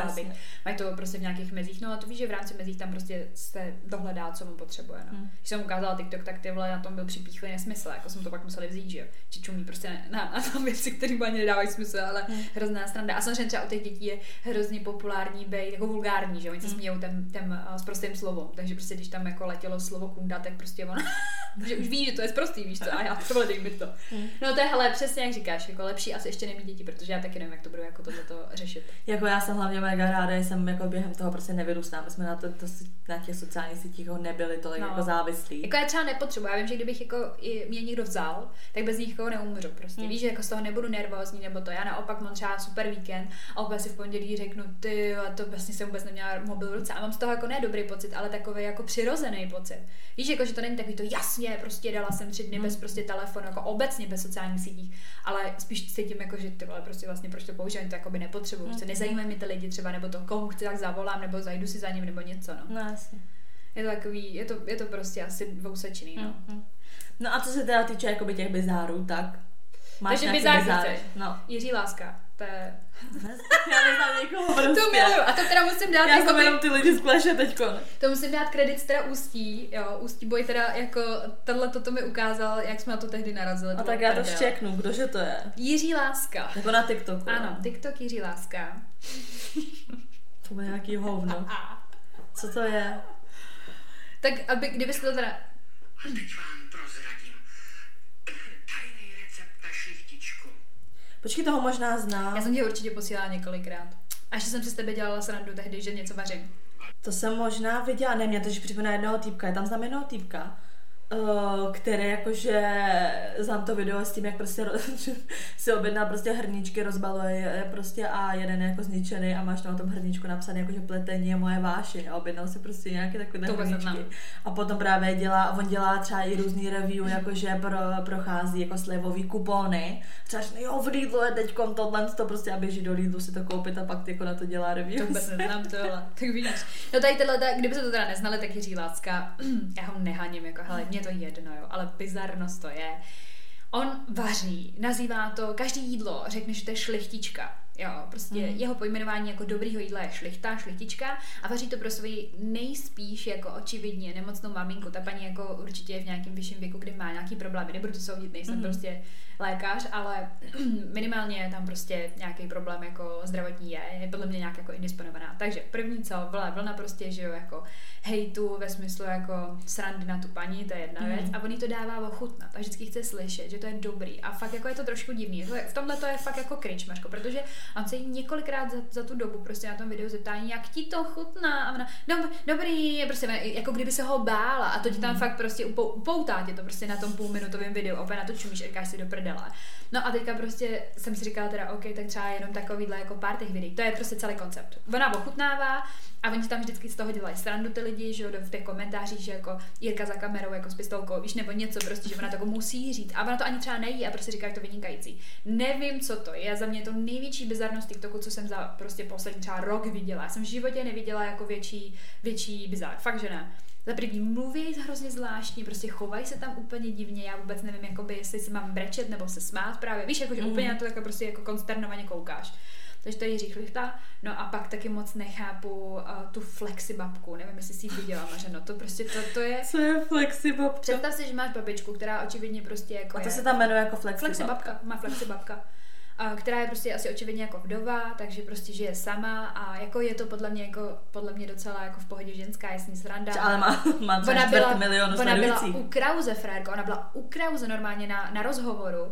mají to prostě v nějakých mezích, no a to víš, že v rámci mezích tam prostě se dohledá, co mu potřebuje, no. Když jsem ukázala TikTok, tak ty vole na tom byl připíchlý nesmysl, jako jsme to pak museli vzít, že jo, že čumí prostě na tom věci, které ani nedávají smysl, ale hrozná sranda. A samozřejmě třeba u těch dětí je hrozně populární být jako vulgární, že jo, oni se smějou těm s prostým slovem, takže prostě když tam jako letělo slovo kunda, tak prostě on že už ví, že to je sprostý, víš co, a já to. No to je hele, přesně jak říkáš, jako lepší asi ještě nemít děti, protože já taky nevím, jak to budu jako tohleto řešit. Jako já jsem hlavně mega ráda, že jsem jako během toho prostě nevyrůstám, my jsme na těch sociálních sítích nebyli tolik jako závislí. Jako já třeba nepotřebuji, já vím, že kdybych jako mě někdo vzal, tak bez nich jako neumřu prostě. Víš, že jako z toho nebudu nervózní nebo to. Já naopak mám třeba super víkend a opět si v pondělí řeknu, ty, a to vlastně jsem vůbec neměla mobil v ruce a mám z toho jako ne dobrý pocit, ale takový jako přirozený pocit. Víš, jako že to není takový to jasně, prostě dala jsem 3 dny bez prostě telefonu, jako obecně bez sociálních sítích, ale spíš cítím jako, že ty vole prostě vlastně proč to používám, to jakoby nepotřebuju, se nezajímají mi ty lidi třeba, nebo to komu chci, tak zavolám, nebo zajdu si za ním, nebo něco, no. No jasně. Je to takový, je to prostě asi dvousečný, no. No a co se teda týče jakoby těch bizárů, tak máš takže bizár, no. Jiří Láska, to je... Já neznám někoho prostě. To miluju, a to teda musím dát... Já jsem jenom ty lidi z Clash teďko. To musím dát kredit teda Ústí, jo, Ústí Boj teda jako toto mi ukázal, jak jsme na to tehdy narazili. A tak já to štěknu, kdože to je? Jiří Láska. Jako na TikToku. Ano, TikTok Jiří Láska. To bude nějaký hovno. Co to je? Tak kdybyste to teda... Počkej, toho možná znám. Já jsem ti určitě posílala několikrát. A ještě jsem si s tebe dělala srandu tehdy, že něco vařím. To jsem možná viděla, ne, mě to připomíná jednoho týpka, je tam znám jednoho týpka, který jakože znám to video s tím, jak prostě si objedná prostě hrníčky, rozbaluje prostě a jeden je jako zničený a máš tam na tom hrníčku napsané jakože pletení je moje vášeň a objednal si prostě nějaké takové hrníčky. A potom právě on dělá třeba i různý review, jakože prochází jako slevový kupony. Třeba jo, v Lidlu je teďkom tohle, to prostě a běží do Lidlu si to koupit a pak jako na to dělá review. To vůbec neznám tohle, tak vidíš. No tady kdyby se to teda neznali, tak Jiří Láska, já ho nehaním, jako hele, mě to jedno, jo, ale bizarnost to je. On vaří, nazývá to, každý jídlo řekne, že to je šlechtička. Jo, prostě jeho pojmenování jako dobrýho jídla je šlechtička a vaří to pro svoji nejspíš jako očividně nemocnou maminku. Ta paní jako určitě je v nějakém vyšším věku, kde má nějaký problémy. Nebudu to soudit, nejsem prostě lékař, ale minimálně tam prostě nějaký problém jako zdravotní je podle mě nějak jako indisponovaná. Takže první co, vlna prostě, že jo, jako hejtu ve smyslu jako srandy na tu paní, to je jedna věc a on jí to dává ochutnat a vždycky chce slyšet, že to je dobrý a fakt jako je to trošku divný. V tomhle to je fakt jako kryčmařko, protože on se jí několikrát za tu dobu prostě na tom videu zeptá, jak ti to chutná a ona, dobrý, prostě jako kdyby se ho bála a to ti tam fakt prostě upoutá tě to prostě na tom půlminutovém videu, opět na to čumíš a říkáš si do prdele. No a teďka prostě jsem si říkala teda OK, tak třeba jenom takovýhle jako pár těch videí, to je prostě celý koncept. Ona ochutnává a oni tam vždycky z toho dělají srandu ty lidi, že jo, v těch komentářích, že jako Jirka za kamerou jako s pistolkou, víš, nebo něco prostě, že ona to jako musí říct a ona to ani třeba nejí a prostě říká, že to vynikající. Nevím, co to je, za mě je to největší bizarnost TikToku, co jsem za prostě poslední třeba rok viděla. Já jsem v životě neviděla jako větší bizar, fakt že ne. Za první mluví hrozně zvláštně, prostě chovají se tam úplně divně, já vůbec nevím, jakoby, jestli si mám brečet nebo se smát právě, víš, jakože úplně na to jako prostě jako konsternovaně koukáš. Takže to je Jiří Chlichta. No a pak taky moc nechápu tu flexibabku. Nevím, jestli jsi ji viděla, Mařeno. To prostě to je... Co je flexibabka? Představ si, že máš babičku, která očividně prostě jako a to se tam jmenuje jako flexibabka. Má flexibabka. Která je prostě asi očividně jako vdova, takže prostě žije sama a jako je to podle mě docela jako v pohodě ženská, jasný sranda. Ale má třeba 4 milionu sledujících. Ona byla u Krause, frérko, ona byla u Krause normálně na rozhovoru.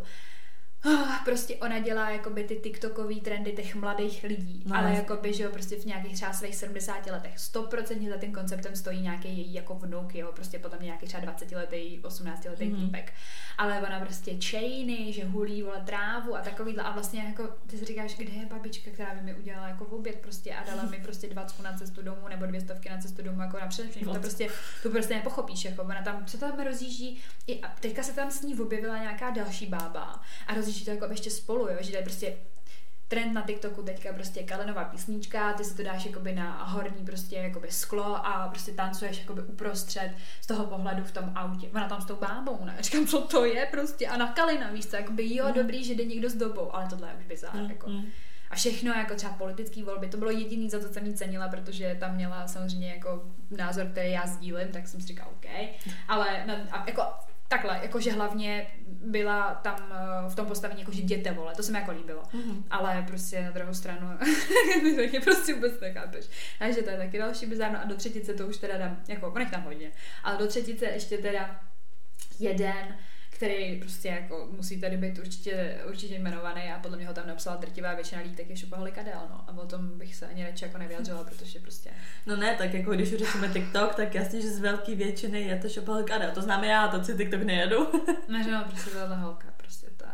Prostě ona dělá jakoby ty TikTokový trendy těch mladých lidí, no, ale jakoby, že jo, prostě v nějakých třeba svých 70 letech 100% za tím konceptem stojí nějaký její jako vnuk, jo, prostě potom nějaký třeba 20letý, 18letý týpek. Ale ona prostě chainy, že hulí, vole, trávu a takovýhle a vlastně jako ty si říkáš, kde je babička, která by mi udělala jako oběd prostě a dala mi prostě 20 na cestu domů nebo 200 na cestu domů jako na především. To prostě nepochopíš, jako ona tam, co tam rozjíždí a teďka se tam s ní objevila nějaká další bába a rozjíždí to jako ještě spolu, jo, že to je prostě trend na TikToku teďka prostě Kalenová písnička, ty si to dáš jakoby na horní prostě jakoby sklo a prostě tancuješ jakoby uprostřed z toho pohledu v tom autě. Ona tam s tou bábou, ne? Říkám, co to je prostě a na Kalina, víš co, jakoby jo, dobrý, že jde někdo s dobou, ale tohle je už bizár, jako. A všechno jako třeba politické volby, to bylo jediný, za to jsem jí cenila, protože tam měla samozřejmě jako názor, který já sdílím, tak jsem si říkala OK, ale jako takhle, jakože hlavně byla tam v tom postavení jakože jděte, vole, to se mi jako líbilo. Ale prostě na druhou stranu taky prostě vůbec nechápeš. Takže to je taky další bizárno a do třetice to už teda dám, jako nech tam hodně, ale do třetice ještě teda jeden, který prostě jako musí tady být určitě jmenovaný a podle mě ho tam napsala drtivá většina lidí, tak je Shopaholic Adele, no. A o tom bych se ani radši jako nevyjadřovala, protože prostě... No ne, tak jako když řešíme TikTok, tak jasně, že z velké většiny je to Shopaholic Adele. To znamená já, to si TikTok nejedu. No, prostě ta holka, prostě to je...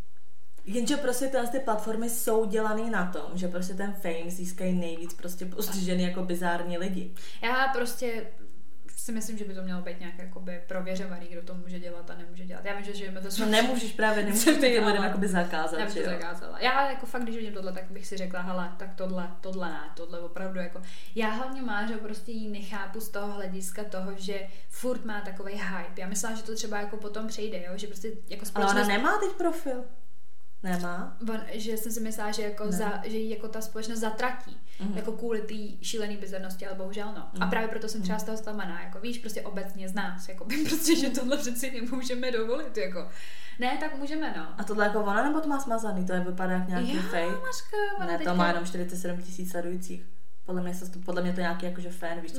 Jenže prostě ty platformy jsou dělaný na tom, že prostě ten fame získají nejvíc prostě postižený jako bizární lidi. Já prostě si myslím, že by to mělo být nějak jakoby prověřovaný, kdo to může dělat a nemůže dělat. Já vím, že my to... No nemůžeš ty lidem jakoby zakázat. Já bych to zakázala. Já jako fakt, když vidím tohle, tak bych si řekla, hele, tak tohle ne, tohle opravdu jako... Já hlavně Mářo prostě jí nechápu z toho hlediska toho, že furt má takovej hype. Já myslela, že to třeba jako potom přejde, jo, že prostě jako společnost... Ale ona nemá teď profil. Nemá? Že jsem si myslela, že, jako že jí jako ta společnost zatratí, jako kvůli té šílený bizarnosti, ale bohužel no. A právě proto jsem třeba z toho zklamaná, jako víš, prostě obecně z nás, jako prostě, že tohle přeci nemůžeme dovolit, jako. Ne, tak můžeme, no. A tohle jako ona, nebo to má smazaný? To je vypadá jak nějaký fake? Mařka, ne, to má jenom 47 000 sledujících. Podle mě to je nějaký jakože fan, víš co?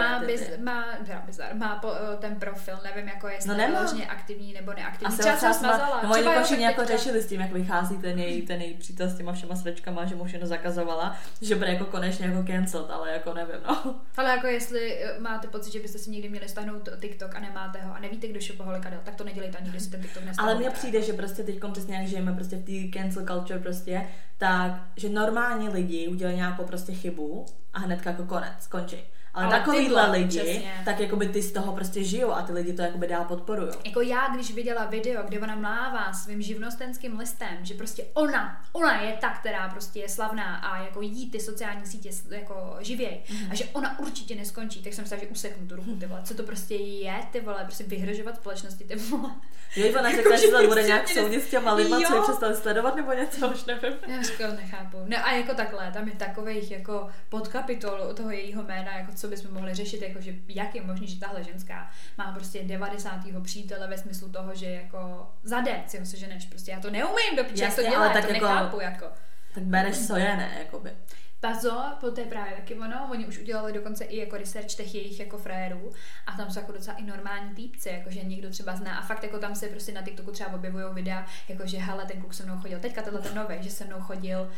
Má ten profil, nevím jako jestli je vlastně aktivní nebo neaktivní. Třeba jsem smazala. No oni končení jako řešili s tím, jak vychází ten její přítel s těma všema sračkama, že mu všechno zakazovala, že bude jako konečně jako cancelled, ale jako nevím, no. Ale jako jestli máte pocit, že byste si někdy měli stáhnout TikTok a nemáte ho a nevíte, kdo Shopaholic Adele, tak to nedělejte ani, když si ten TikTok nestáhnete. Ale mně přijde, že prostě teďkom přesně jak žijeme prostě v té cancel culture prostě, tak, že normální lidi udělají nějakou prostě chybu a hnedka jako konec, skončí. Ale takovýhle lidi, přesně. Tak jakoby ty z toho prostě žijou a ty lidi to jakoby dál podporujou. Jako já, když viděla video, kde ona mlává svým živnostenským listem, že prostě ona je ta, která prostě je slavná a jako jí ty sociální sítě jako živěj a že ona určitě neskončí, tak jsem myslela, že useknu tu ruku, ty vole. Co to prostě je, ty vole, prostě vyhrožovat společnosti, ty vole. Jo, ona řekla, že se bude nějak soudit s těma lidma, co je přestali sledovat nebo něco, už nevím. Já skoro nechápu. No a jako takhle, tam je takových jako podkapitol toho jejího jména, jako co bychom mohli řešit, jako že jak je možné, že tahle ženská má prostě 90. přítele ve smyslu toho, že jako za den si ho seženeš, prostě já to neumím do piče, jak to dělá, to nechápu, jako. Tak bereš, co je, ne, jakoby. Pazo, po té právě taky oni už udělali dokonce i jako research těch jejich jako frérů a tam jsou jako docela i normální týpci, jakože někdo třeba zná a fakt jako tam se prostě na TikToku třeba objevujou videa, jakože hele, ten kluk se mnou chodil, teďka tenhle ten nový, že se mnou chodil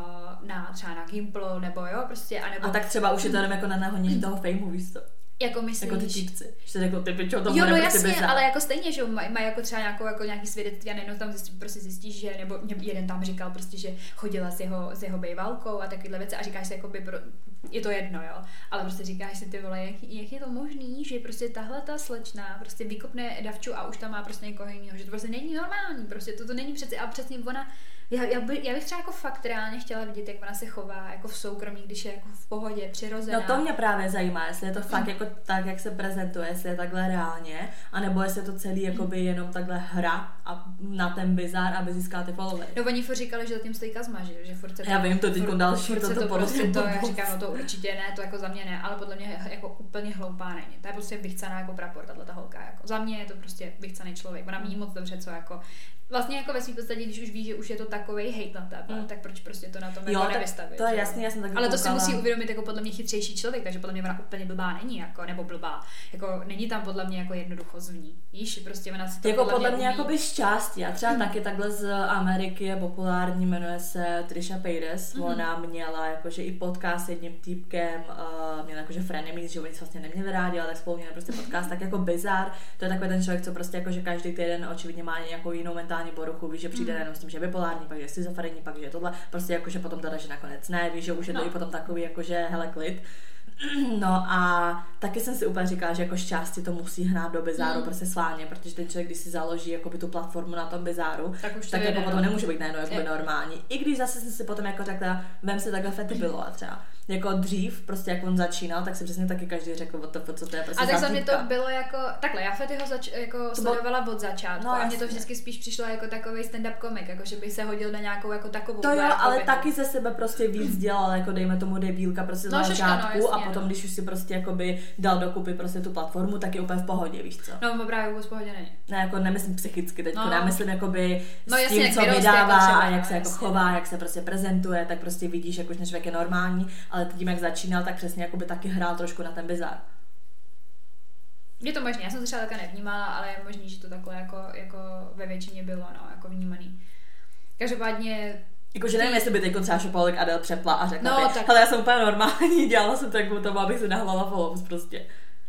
třeba na Gimplo, nebo jo, prostě, anebo... A tak třeba už je to jenom jako na nahonění toho fejmu, víš to? Jako myslíš? Jako ty týpci. Že jako ty pičo, to jo, no jasně, ale jako stejně, že mají jako třeba nějaký svědectví a nejenom tam prostě zjistíš, že, nebo jeden tam říkal prostě, že chodila s jeho bejvalkou a takovýhle věci a říkáš si jakoby, je to jedno, jo, ale prostě říkáš si ty vole, jak je to možný, že prostě tahle ta slečna prostě vykopne davču a už tam má prostě někoho jiného, že to prostě není normální, prostě to není přece, a přesně ona, já bych třeba jako fakt reálně chtěla vidět, jak ona se chová jako v soukromí, když je jako v pohodě, přirozená. No to mě právě zajímá, jestli je to fakt jako tak, jak se prezentuje, jestli je takhle reálně, anebo jestli je to celý jakoby jenom takhle hra a na ten bizár, aby získala ty followery. No oni furt říkali, že zatím stojí Kazma, že furt se to... Já vím, to teď další, to prostě to, já říkám, no to určitě ne, to jako za mě ne, ale podle mě jako úplně hloupá není. To je prostě vychcaná jako prapor, tato holka, jako. Za mě je to prostě vychcaný člověk, ona ví moc dobře, co jako... Vlastně jako ve svým podstatě, když už ví, že už je to takovej hate na tebe, tak proč prostě to na tom jako nevystavit? To je jasný, já jsem taky ale to si musí uvědomit jako podle mě chytřejší člověk, takže podle mě ona úplně blbá není, jako, nebo blbá. Jako není tam podle mě jako jednoduchost v ní. Víš, prostě ona si to jako podle mě jako by šťastí. A třeba taky takhle z Ameriky je populární, jmenuje se Trisha Paytas. Ona měla jakože i podcast s jedním týpkem, měla jakože frenemies, že oni se vlastně neměli rádi, ale tak spolu měli prostě podcast, tak jako bizar. To je takový ten člověk, co prostě jakože každý týden očividně má nějakou jinou mentální poruchu, víš, že přijde jenom s tím, že je bipolární, pak že je schizofrenní, pak že je tohle, prostě jakože potom teda, že nakonec ne, víš, že už je to i potom takový jakože hele klid. No a taky jsem si úplně říkala, že jako šťastí to musí hrát do bizáru prostě sválně, protože ten člověk, když si založí jakoby tu platformu na tom bizáru, tak jako potom nemůže být najednou jakoby normální. I když zase jsem si potom jako řekla, vem si takhle Fety bylo a třeba jako dřív, prostě jak on začínal, tak si přesně taky každý řekl, co to je prostě. A tak za mě to bylo jako, takhle, já Fetyho jako sledovala od začátku a mně to vždycky spíš přišlo jako takovej stand-up komik, jako že by se hodil na nějakou jako takovou. To jo, ale taky ze sebe prostě víc dělal, jako dejme tomu debílka prostě z začátku a potom, když už si prostě jakoby dal dokupy prostě tu platformu, tak je úplně v pohodě, víš co? No, právě vůbec v pohodě není. Ne, jako nemyslím psychicky teďko, já myslím jakoby s tím, co vydává a jak se jako chová, jak se prostě prezentuje, tak prostě vidíš, jak už ten člověk je normální, ale tím, jak začínal, tak přesně jakoby taky hrál trošku na ten bizár. Je to možné, já jsem to třeba také nevnímala, ale je možný, že to takhle jako ve většině bylo, no, jako vnímaný. Každopádně jakože nevím, jestli by teď třeba Shopaholic Adele přepla a řekla tak... hele, já jsem úplně normální, dělala jsem to jako tomu, abych se nahlala followers prostě.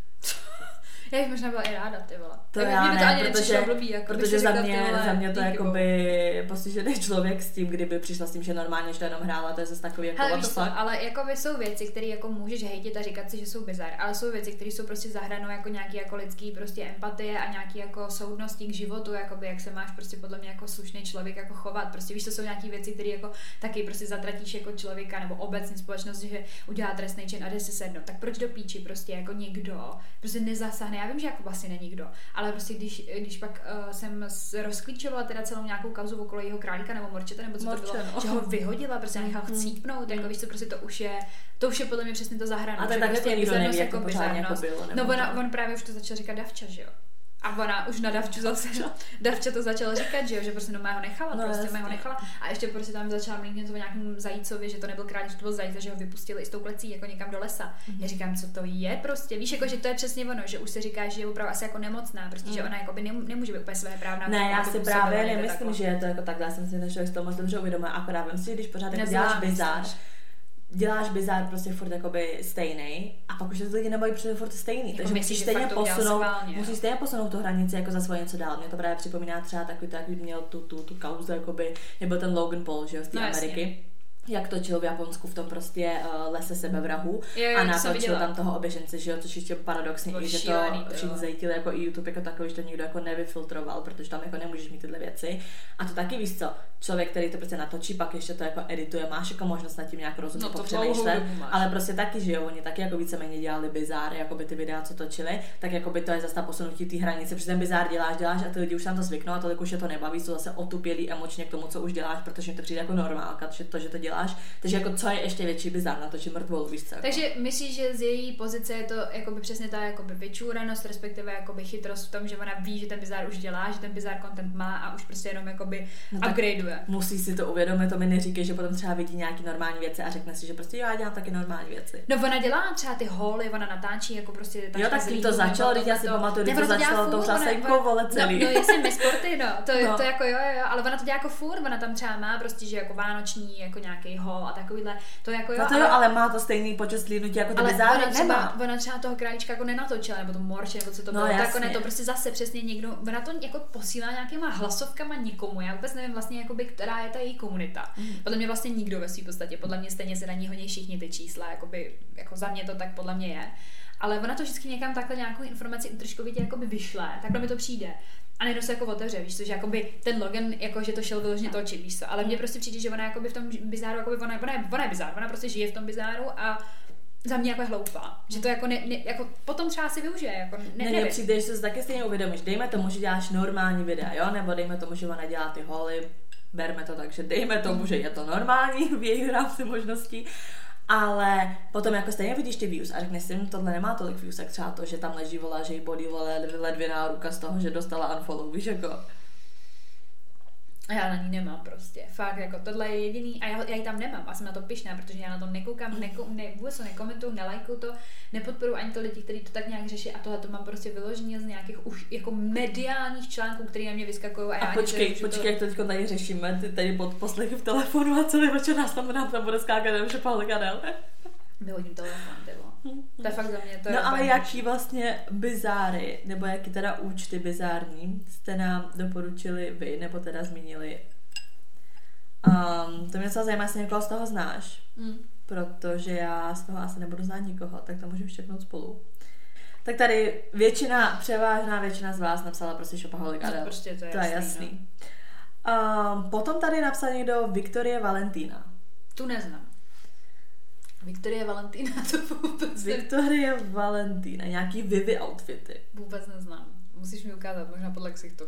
Já bych možná byla i ráda, ty vole. To já ne, protože za mě to je jakoby postižený člověk s tím, kdyby přišla s tím, že normálně, že to jenom hrála, to je zase takový jako what the fuck. Ale jakoby jsou věci, které jako můžeš hejtit a říkat si, že jsou bizar, ale jsou věci, které jsou prostě za hranou jako nějaký jako lidský prostě empatie a nějaký jako soudnosti k životu, jakoby jak se máš prostě podle mě jako slušný člověk jako chovat. Prostě víš, to jsou nějaký věci, které jako taky prostě zatratíš jako člověka nebo obecně společnost, že udělá trestný čin a jde si sednout. Tak proč do píči prostě jako někdo prostě nezasáhne. Já vím, že jako vlastně není nikdo, ale prostě když pak jsem rozklíčovala teda celou nějakou kauzu okolo jeho králíka nebo morčeta, nebo co to bylo, že ho vyhodila, prostě nechal chcípnout, jako víš co, prostě to už je podle mě přesně to za hranou. A to tak prostě nikdo neví, jak to pořádně jako bylo. No on právě už to začal říkat davča, že jo. A ona už na Davča to začala říkat, že prostě ho nechala, ho nechala. A ještě prostě tam začala mluvit něco o nějakém zajícovi, že to nebyl král, že to byl zajíc, že ho vypustili i s tou klecí jako někam do lesa. Já říkám, co to je prostě, víš, jako že to je přesně ono, že už se říká, že je opravdu asi jako nemocná, prostě, že ona jako by nemůže být úplně své právná. Ne, já si právě nemyslím, že je to jako takhle, já jsem si že to moc dobře uvědomila, akorát vím si, když pořád jako děláš bizár prostě furt jakoby stejnej a pak už ty lidi nemají přijde furt stejný, jako takže musíš stejně posunout tu hranici jako za svoje něco dál. Mě to právě připomíná třeba takový to, jak měl tu kauzu, jakoby, nebo ten Logan Paul, že jo, z té Ameriky. Jasně. Jak točil v Japonsku v tom prostě lese sebevrahu a natočil tam toho oběžence, že jo, což ještě paradoxně i, že to všichni zajítili jako i YouTube jako takový, že to nikdo jako nevyfiltroval, protože tam jako nemůžeš mít tyhle věci. A to taky víš co, člověk, který to prostě natočí, pak ještě to jako edituje, máš jako možnost nad tím nějak rozumně popřemýšlet, ale prostě taky, že jo, oni taky jako víceméně dělali bizáry, jako by ty videa, co točili, tak jako by to je zase posunutí té hranice, protože ten bizár děláš a ty lidi už tam to zvyknou a tolik už je to nebaví, to zase otupělí emočně k tomu, co už děláš, protože mi to přijde jako normálka, že to děláš. Takže jako co je ještě větší bizár na to, či mrtvolu, víš co? Jako. Takže myslíš, že z její pozice je to jakoby přesně ta jakoby vyčúranost, respektive jakoby chytrost v tom, že ona ví, že ten bizár už dělá, že ten bizár content má a už prostě jenom jakoby upgradeuje. Musí si to uvědomit, to mi neříkej, že potom třeba vidí nějaký normální věci a řekne si, že prostě jo, já dělám taky normální věci. No ona dělá třeba ty holy, ona natáčí jako prostě jo, tak tím to začalo, teď já si pamatuju, že to začalo tou řasenkou vole celý. No, jestli my sporty, no. To jako jo, ale ona to dělá jako furt, ona tam třeba má prostě, že jako vánoční, jako nějaký hol a takovýhle, to jako jo. No to jo, ale má to stejný počet slídnutí jako ty bizáry, nemá. Ona třeba toho králíčka jako nenatočila, nebo to morče, nebo co to bylo, tak ne, to prostě zase přesně někdo, ona to jako posílá nějakýma hlasovkama někomu, já vůbec nevím vlastně, jakoby, která je ta její komunita. Podle mě vlastně nikdo ve své podstatě, podle mě stejně se na ní hodí všichni ty čísla, jakoby, jako za mě to tak podle mě je. Ale ona to vždycky někam takhle nějakou informaci utržkovitě jakoby vyšle, takhle mi to přijde. A nejenom se jako otevře, víš co, že jakoby ten Logan, jako že to šel vyloženě točit, víš co, ale mně prostě přijde, že ona jakoby v tom bizáru, jakoby ona je bizár, ona prostě žije v tom bizáru a za mě jako je hloupá, že to jako, jako potom třeba si využije, jako nevím. Přijde, že se taky stejně uvědomíš, dejme tomu, že děláš normální videa, jo, nebo dejme tomu, že ona dělá ty holy, berme to tak, že dejme tomu, že je to normální v jejich rámci možností. Ale potom jako stejně vidíš ty views a řekneš si, tohle nemá tolik views, jak třeba to, že tam leží volá, že jí bolí ledviná ruka z toho, že dostala unfollow, víš jako. A já na ní nemám prostě. Fakt, jako tohle je jediný a já ji tam nemám a jsem na to pyšná, protože já na to nekoukám, vůbec to nekomentuju, nelajkuju to, nepodporuji ani to lidi, kteří to tak nějak řeší a tohle to mám prostě vyloženě z nějakých už jako mediálních článků, které na mě vyskakují. A počkej, jak to teď tady řešíme, ty tady pod poslechy v telefonu a celý večer nás tam bude skákat, nevím, že Palikadel. Vyhodím telefon, to je fakt za mě. To je no ale jaký vlastně bizáry, nebo jaký teda účty bizární jste nám doporučili vy, nebo teda zmínili? To mě docela zajímá, jestli někoho z toho znáš, protože já z toho asi nebudu znát nikoho, tak to můžeme štěpnout spolu. Tak tady převážná většina z vás napsala prostě Shopaholic Adele. No, prostě to je jasný. No. Potom tady napsal někdo Viktorie Valentína. Tu neznám. Viktorie Valentína, to vůbec Viktorie Valentína, nějaký Vivi outfity. Vůbec neznám. Musíš mi ukázat, možná podle ksichtu.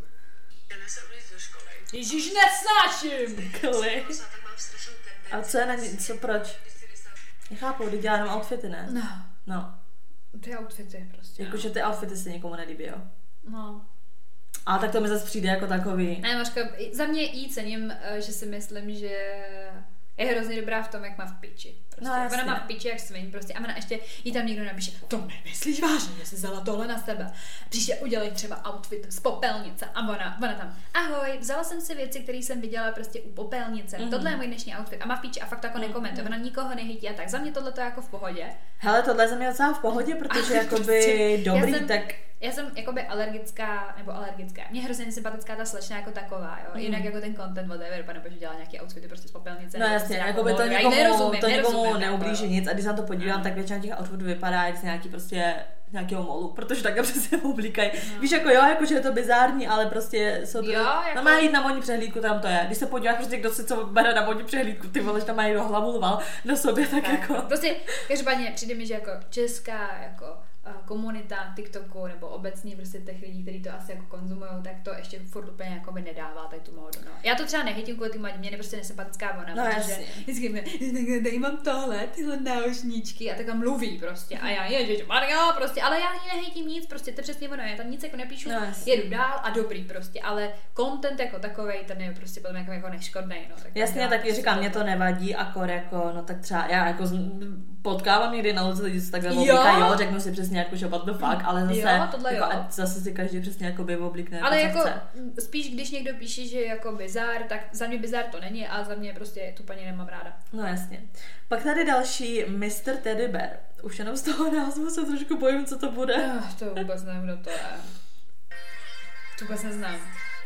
Ježíš, nesnáším! Klik. A co je na ní, proč? Nechápu, když dělá jenom outfity, ne? No. Ty outfity prostě. Jakože ty outfity se někomu nelíbí, jo? No. A tak to mi zase přijde jako takový. Ne, Mařka, za mě jí cením, že si myslím, že je hrozně dobrá v tom, jak má v piči. Prostě. No, ona má v piči jak svin prostě a ona ještě jí tam někdo napíše, to nemyslíš vážně, že jsi vzala tohle na sebe. Příště udělej třeba outfit z popelnice a ona tam, ahoj, vzala jsem si věci, které jsem viděla prostě u popelnice. Tohle je můj dnešní outfit a má v piči a fakt to jako nekomentuje, ona nikoho nehytí a tak. Za mě tohle to je jako v pohodě. Hele, tohle je za mě docela v pohodě, protože jakoby dobrý, já jsem jakoby alergická. Mně hrozně nesympatická ta slečna jako taková, jo. Jinak jako ten content whatever, nebo že dělá nějaký outfity prostě z popelnice. No jasně, jako by to nikomu neublíží nic a když se na to podívám, tak většina těch outfitů vypadá jak z nějaký prostě nějakého molu, protože takhle přesně oblíkají. Víš, jako jo, jako že je to bizární, ale prostě jsou to... Jako... má jít na modní přehlídku, tam to je. Když se podíváš prostě, kdo si co bere na modní přehlídku, ty vole, že tam mají do hlavu lval na sobě, tak jako... Prostě, každopádně přijde mi, že jako česká jako komunita TikToku nebo obecně prostě těch lidí, kteří to asi jako konzumujou, tak to ještě furt úplně jako by nedává tady tu módu, no. Já to třeba nehytím kvůli tím, mě je prostě nesympatická ona, no, protože vždycky mi, tady mám tohle, tyhle náušníčky a takhle mluví prostě a já ježišmarja, prostě, ale já ani nehytím nic, prostě to přesně ono, já tam nic jako nepíšu, no, jedu dál a dobrý prostě, ale content jako takovej, ten je prostě potom jako neškodnej, no. Tak jasně, taky říkám, mě to nevadí, akor jako, no tak třeba já jako potkávám někdy na ulici lidi, se takhle oblíkají, jo, řeknu si přesně jako, že what the fuck, ale zase, jako, zase si každý přesně jako by oblíkne. Ale jako spíš, když někdo píše, že je jako bizár, tak za mě bizár to není a za mě prostě tu paní nemám ráda. No jasně. Pak tady další Mr. Teddy Bear. Už jenom z toho názvu se trošku bojím, co to bude. To vůbec nevím, kdo to je. To vůbec neznám.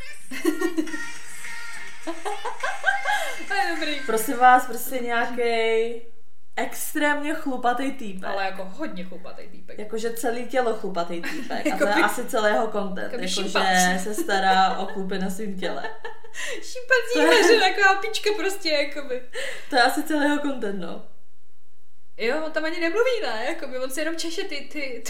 Dobrý. Prosím vás, prostě nějaký extrémně chlupatý týpek. Ale jako hodně chlupatý týpek. Jakože celý tělo chlupatý týpek. A to je asi celý jeho content. Jakože se stará o chlupy na svým těle. Šimpanzí, že taková pička prostě, jakoby. To je asi celý jeho content, no. Jo, on tam ani nemluví, ne? Jakoby, on si jenom češe ty...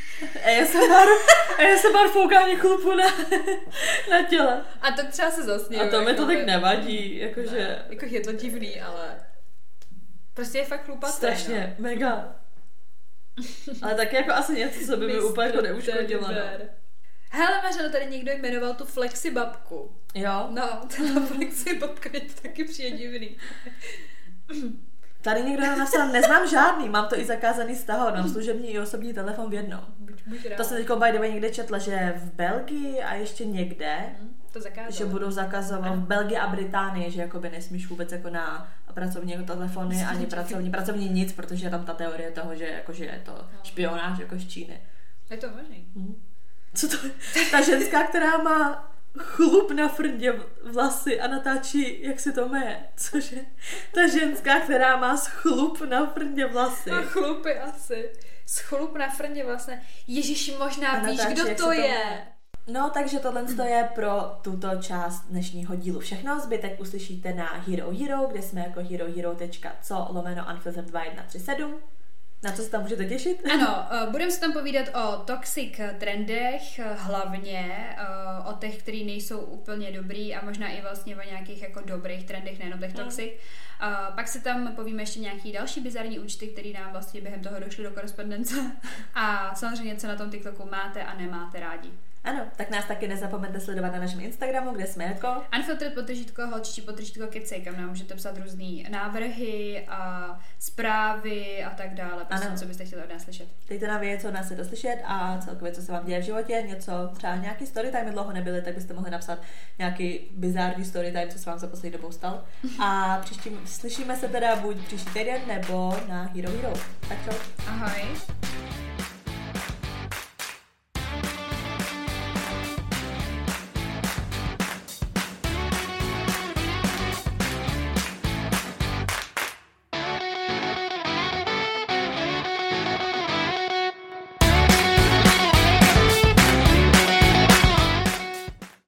ASMR foukání chlupu na těle. A to třeba se zasněju. A to mi to tak nevadí, jakože... Ne, jako je to divný, ale... Prostě je fakt chlupatý. Strašně, no. Mega. Ale taky jako asi něco, co by mi úplně jako neuškodilo. No. Hele, Mařeno, tady někdo jmenoval tu flexibabku. Jo? No, ta flexibabka je to taky přijde divný. Tady někdo napsal, neznám žádný, mám to i zakázaný stahovat, mám služební i osobní telefon v jednom. To jsem teďko by the way někde četla, že v Belgii a ještě někde, to že budou zakazovat v Belgii a Británii, že jakoby nesmíš vůbec jako na pracovní jako telefony, ani pracovní nic, protože je tam ta teorie toho, že jakože je to špionáž jako z Číny. Je to možný. Co to je? Ta ženská, která má chlup na frndě vlasy a natáčí, jak se to jmenuje, cože? Ta ženská, která má chlup na frndě vlasy. A chlupy asi. Chlup na frndě vlastně. Ježiši, možná víš, kdo to je. No, takže tohle je pro tuto část dnešního dílu všechno. Zbytek uslyšíte na Hero Hero, kde jsme jako herohero.co/unfiltered2137. Na co se tam můžete těšit? Ano, budeme se tam povídat o toxic trendech, hlavně o těch, který nejsou úplně dobrý a možná i vlastně o nějakých jako dobrých trendech, nejenom těch toxic. Pak se tam povíme ještě nějaký další bizarní účty, které nám vlastně během toho došly do korespondence. A samozřejmě, co na tom TikToku máte a nemáte rádi. Ano, tak nás taky nezapomeňte sledovat na našem Instagramu, kde jsme jako unfiltered_holčičí_kecej, kam nám můžete psát různý návrhy a zprávy a tak dále. Prostě, co byste chtěli od nás slyšet. Dejte nám vědět, co od nás chcete slyšet a celkově, co se vám děje v životě, něco, třeba nějaký storytime dlouho nebyly, tak byste mohli napsat nějaký bizární storytime, co se vám za poslední dobou stal. A slyšíme se teda buď příští týden, nebo na Hero Hero. Tak čau. Ahoj.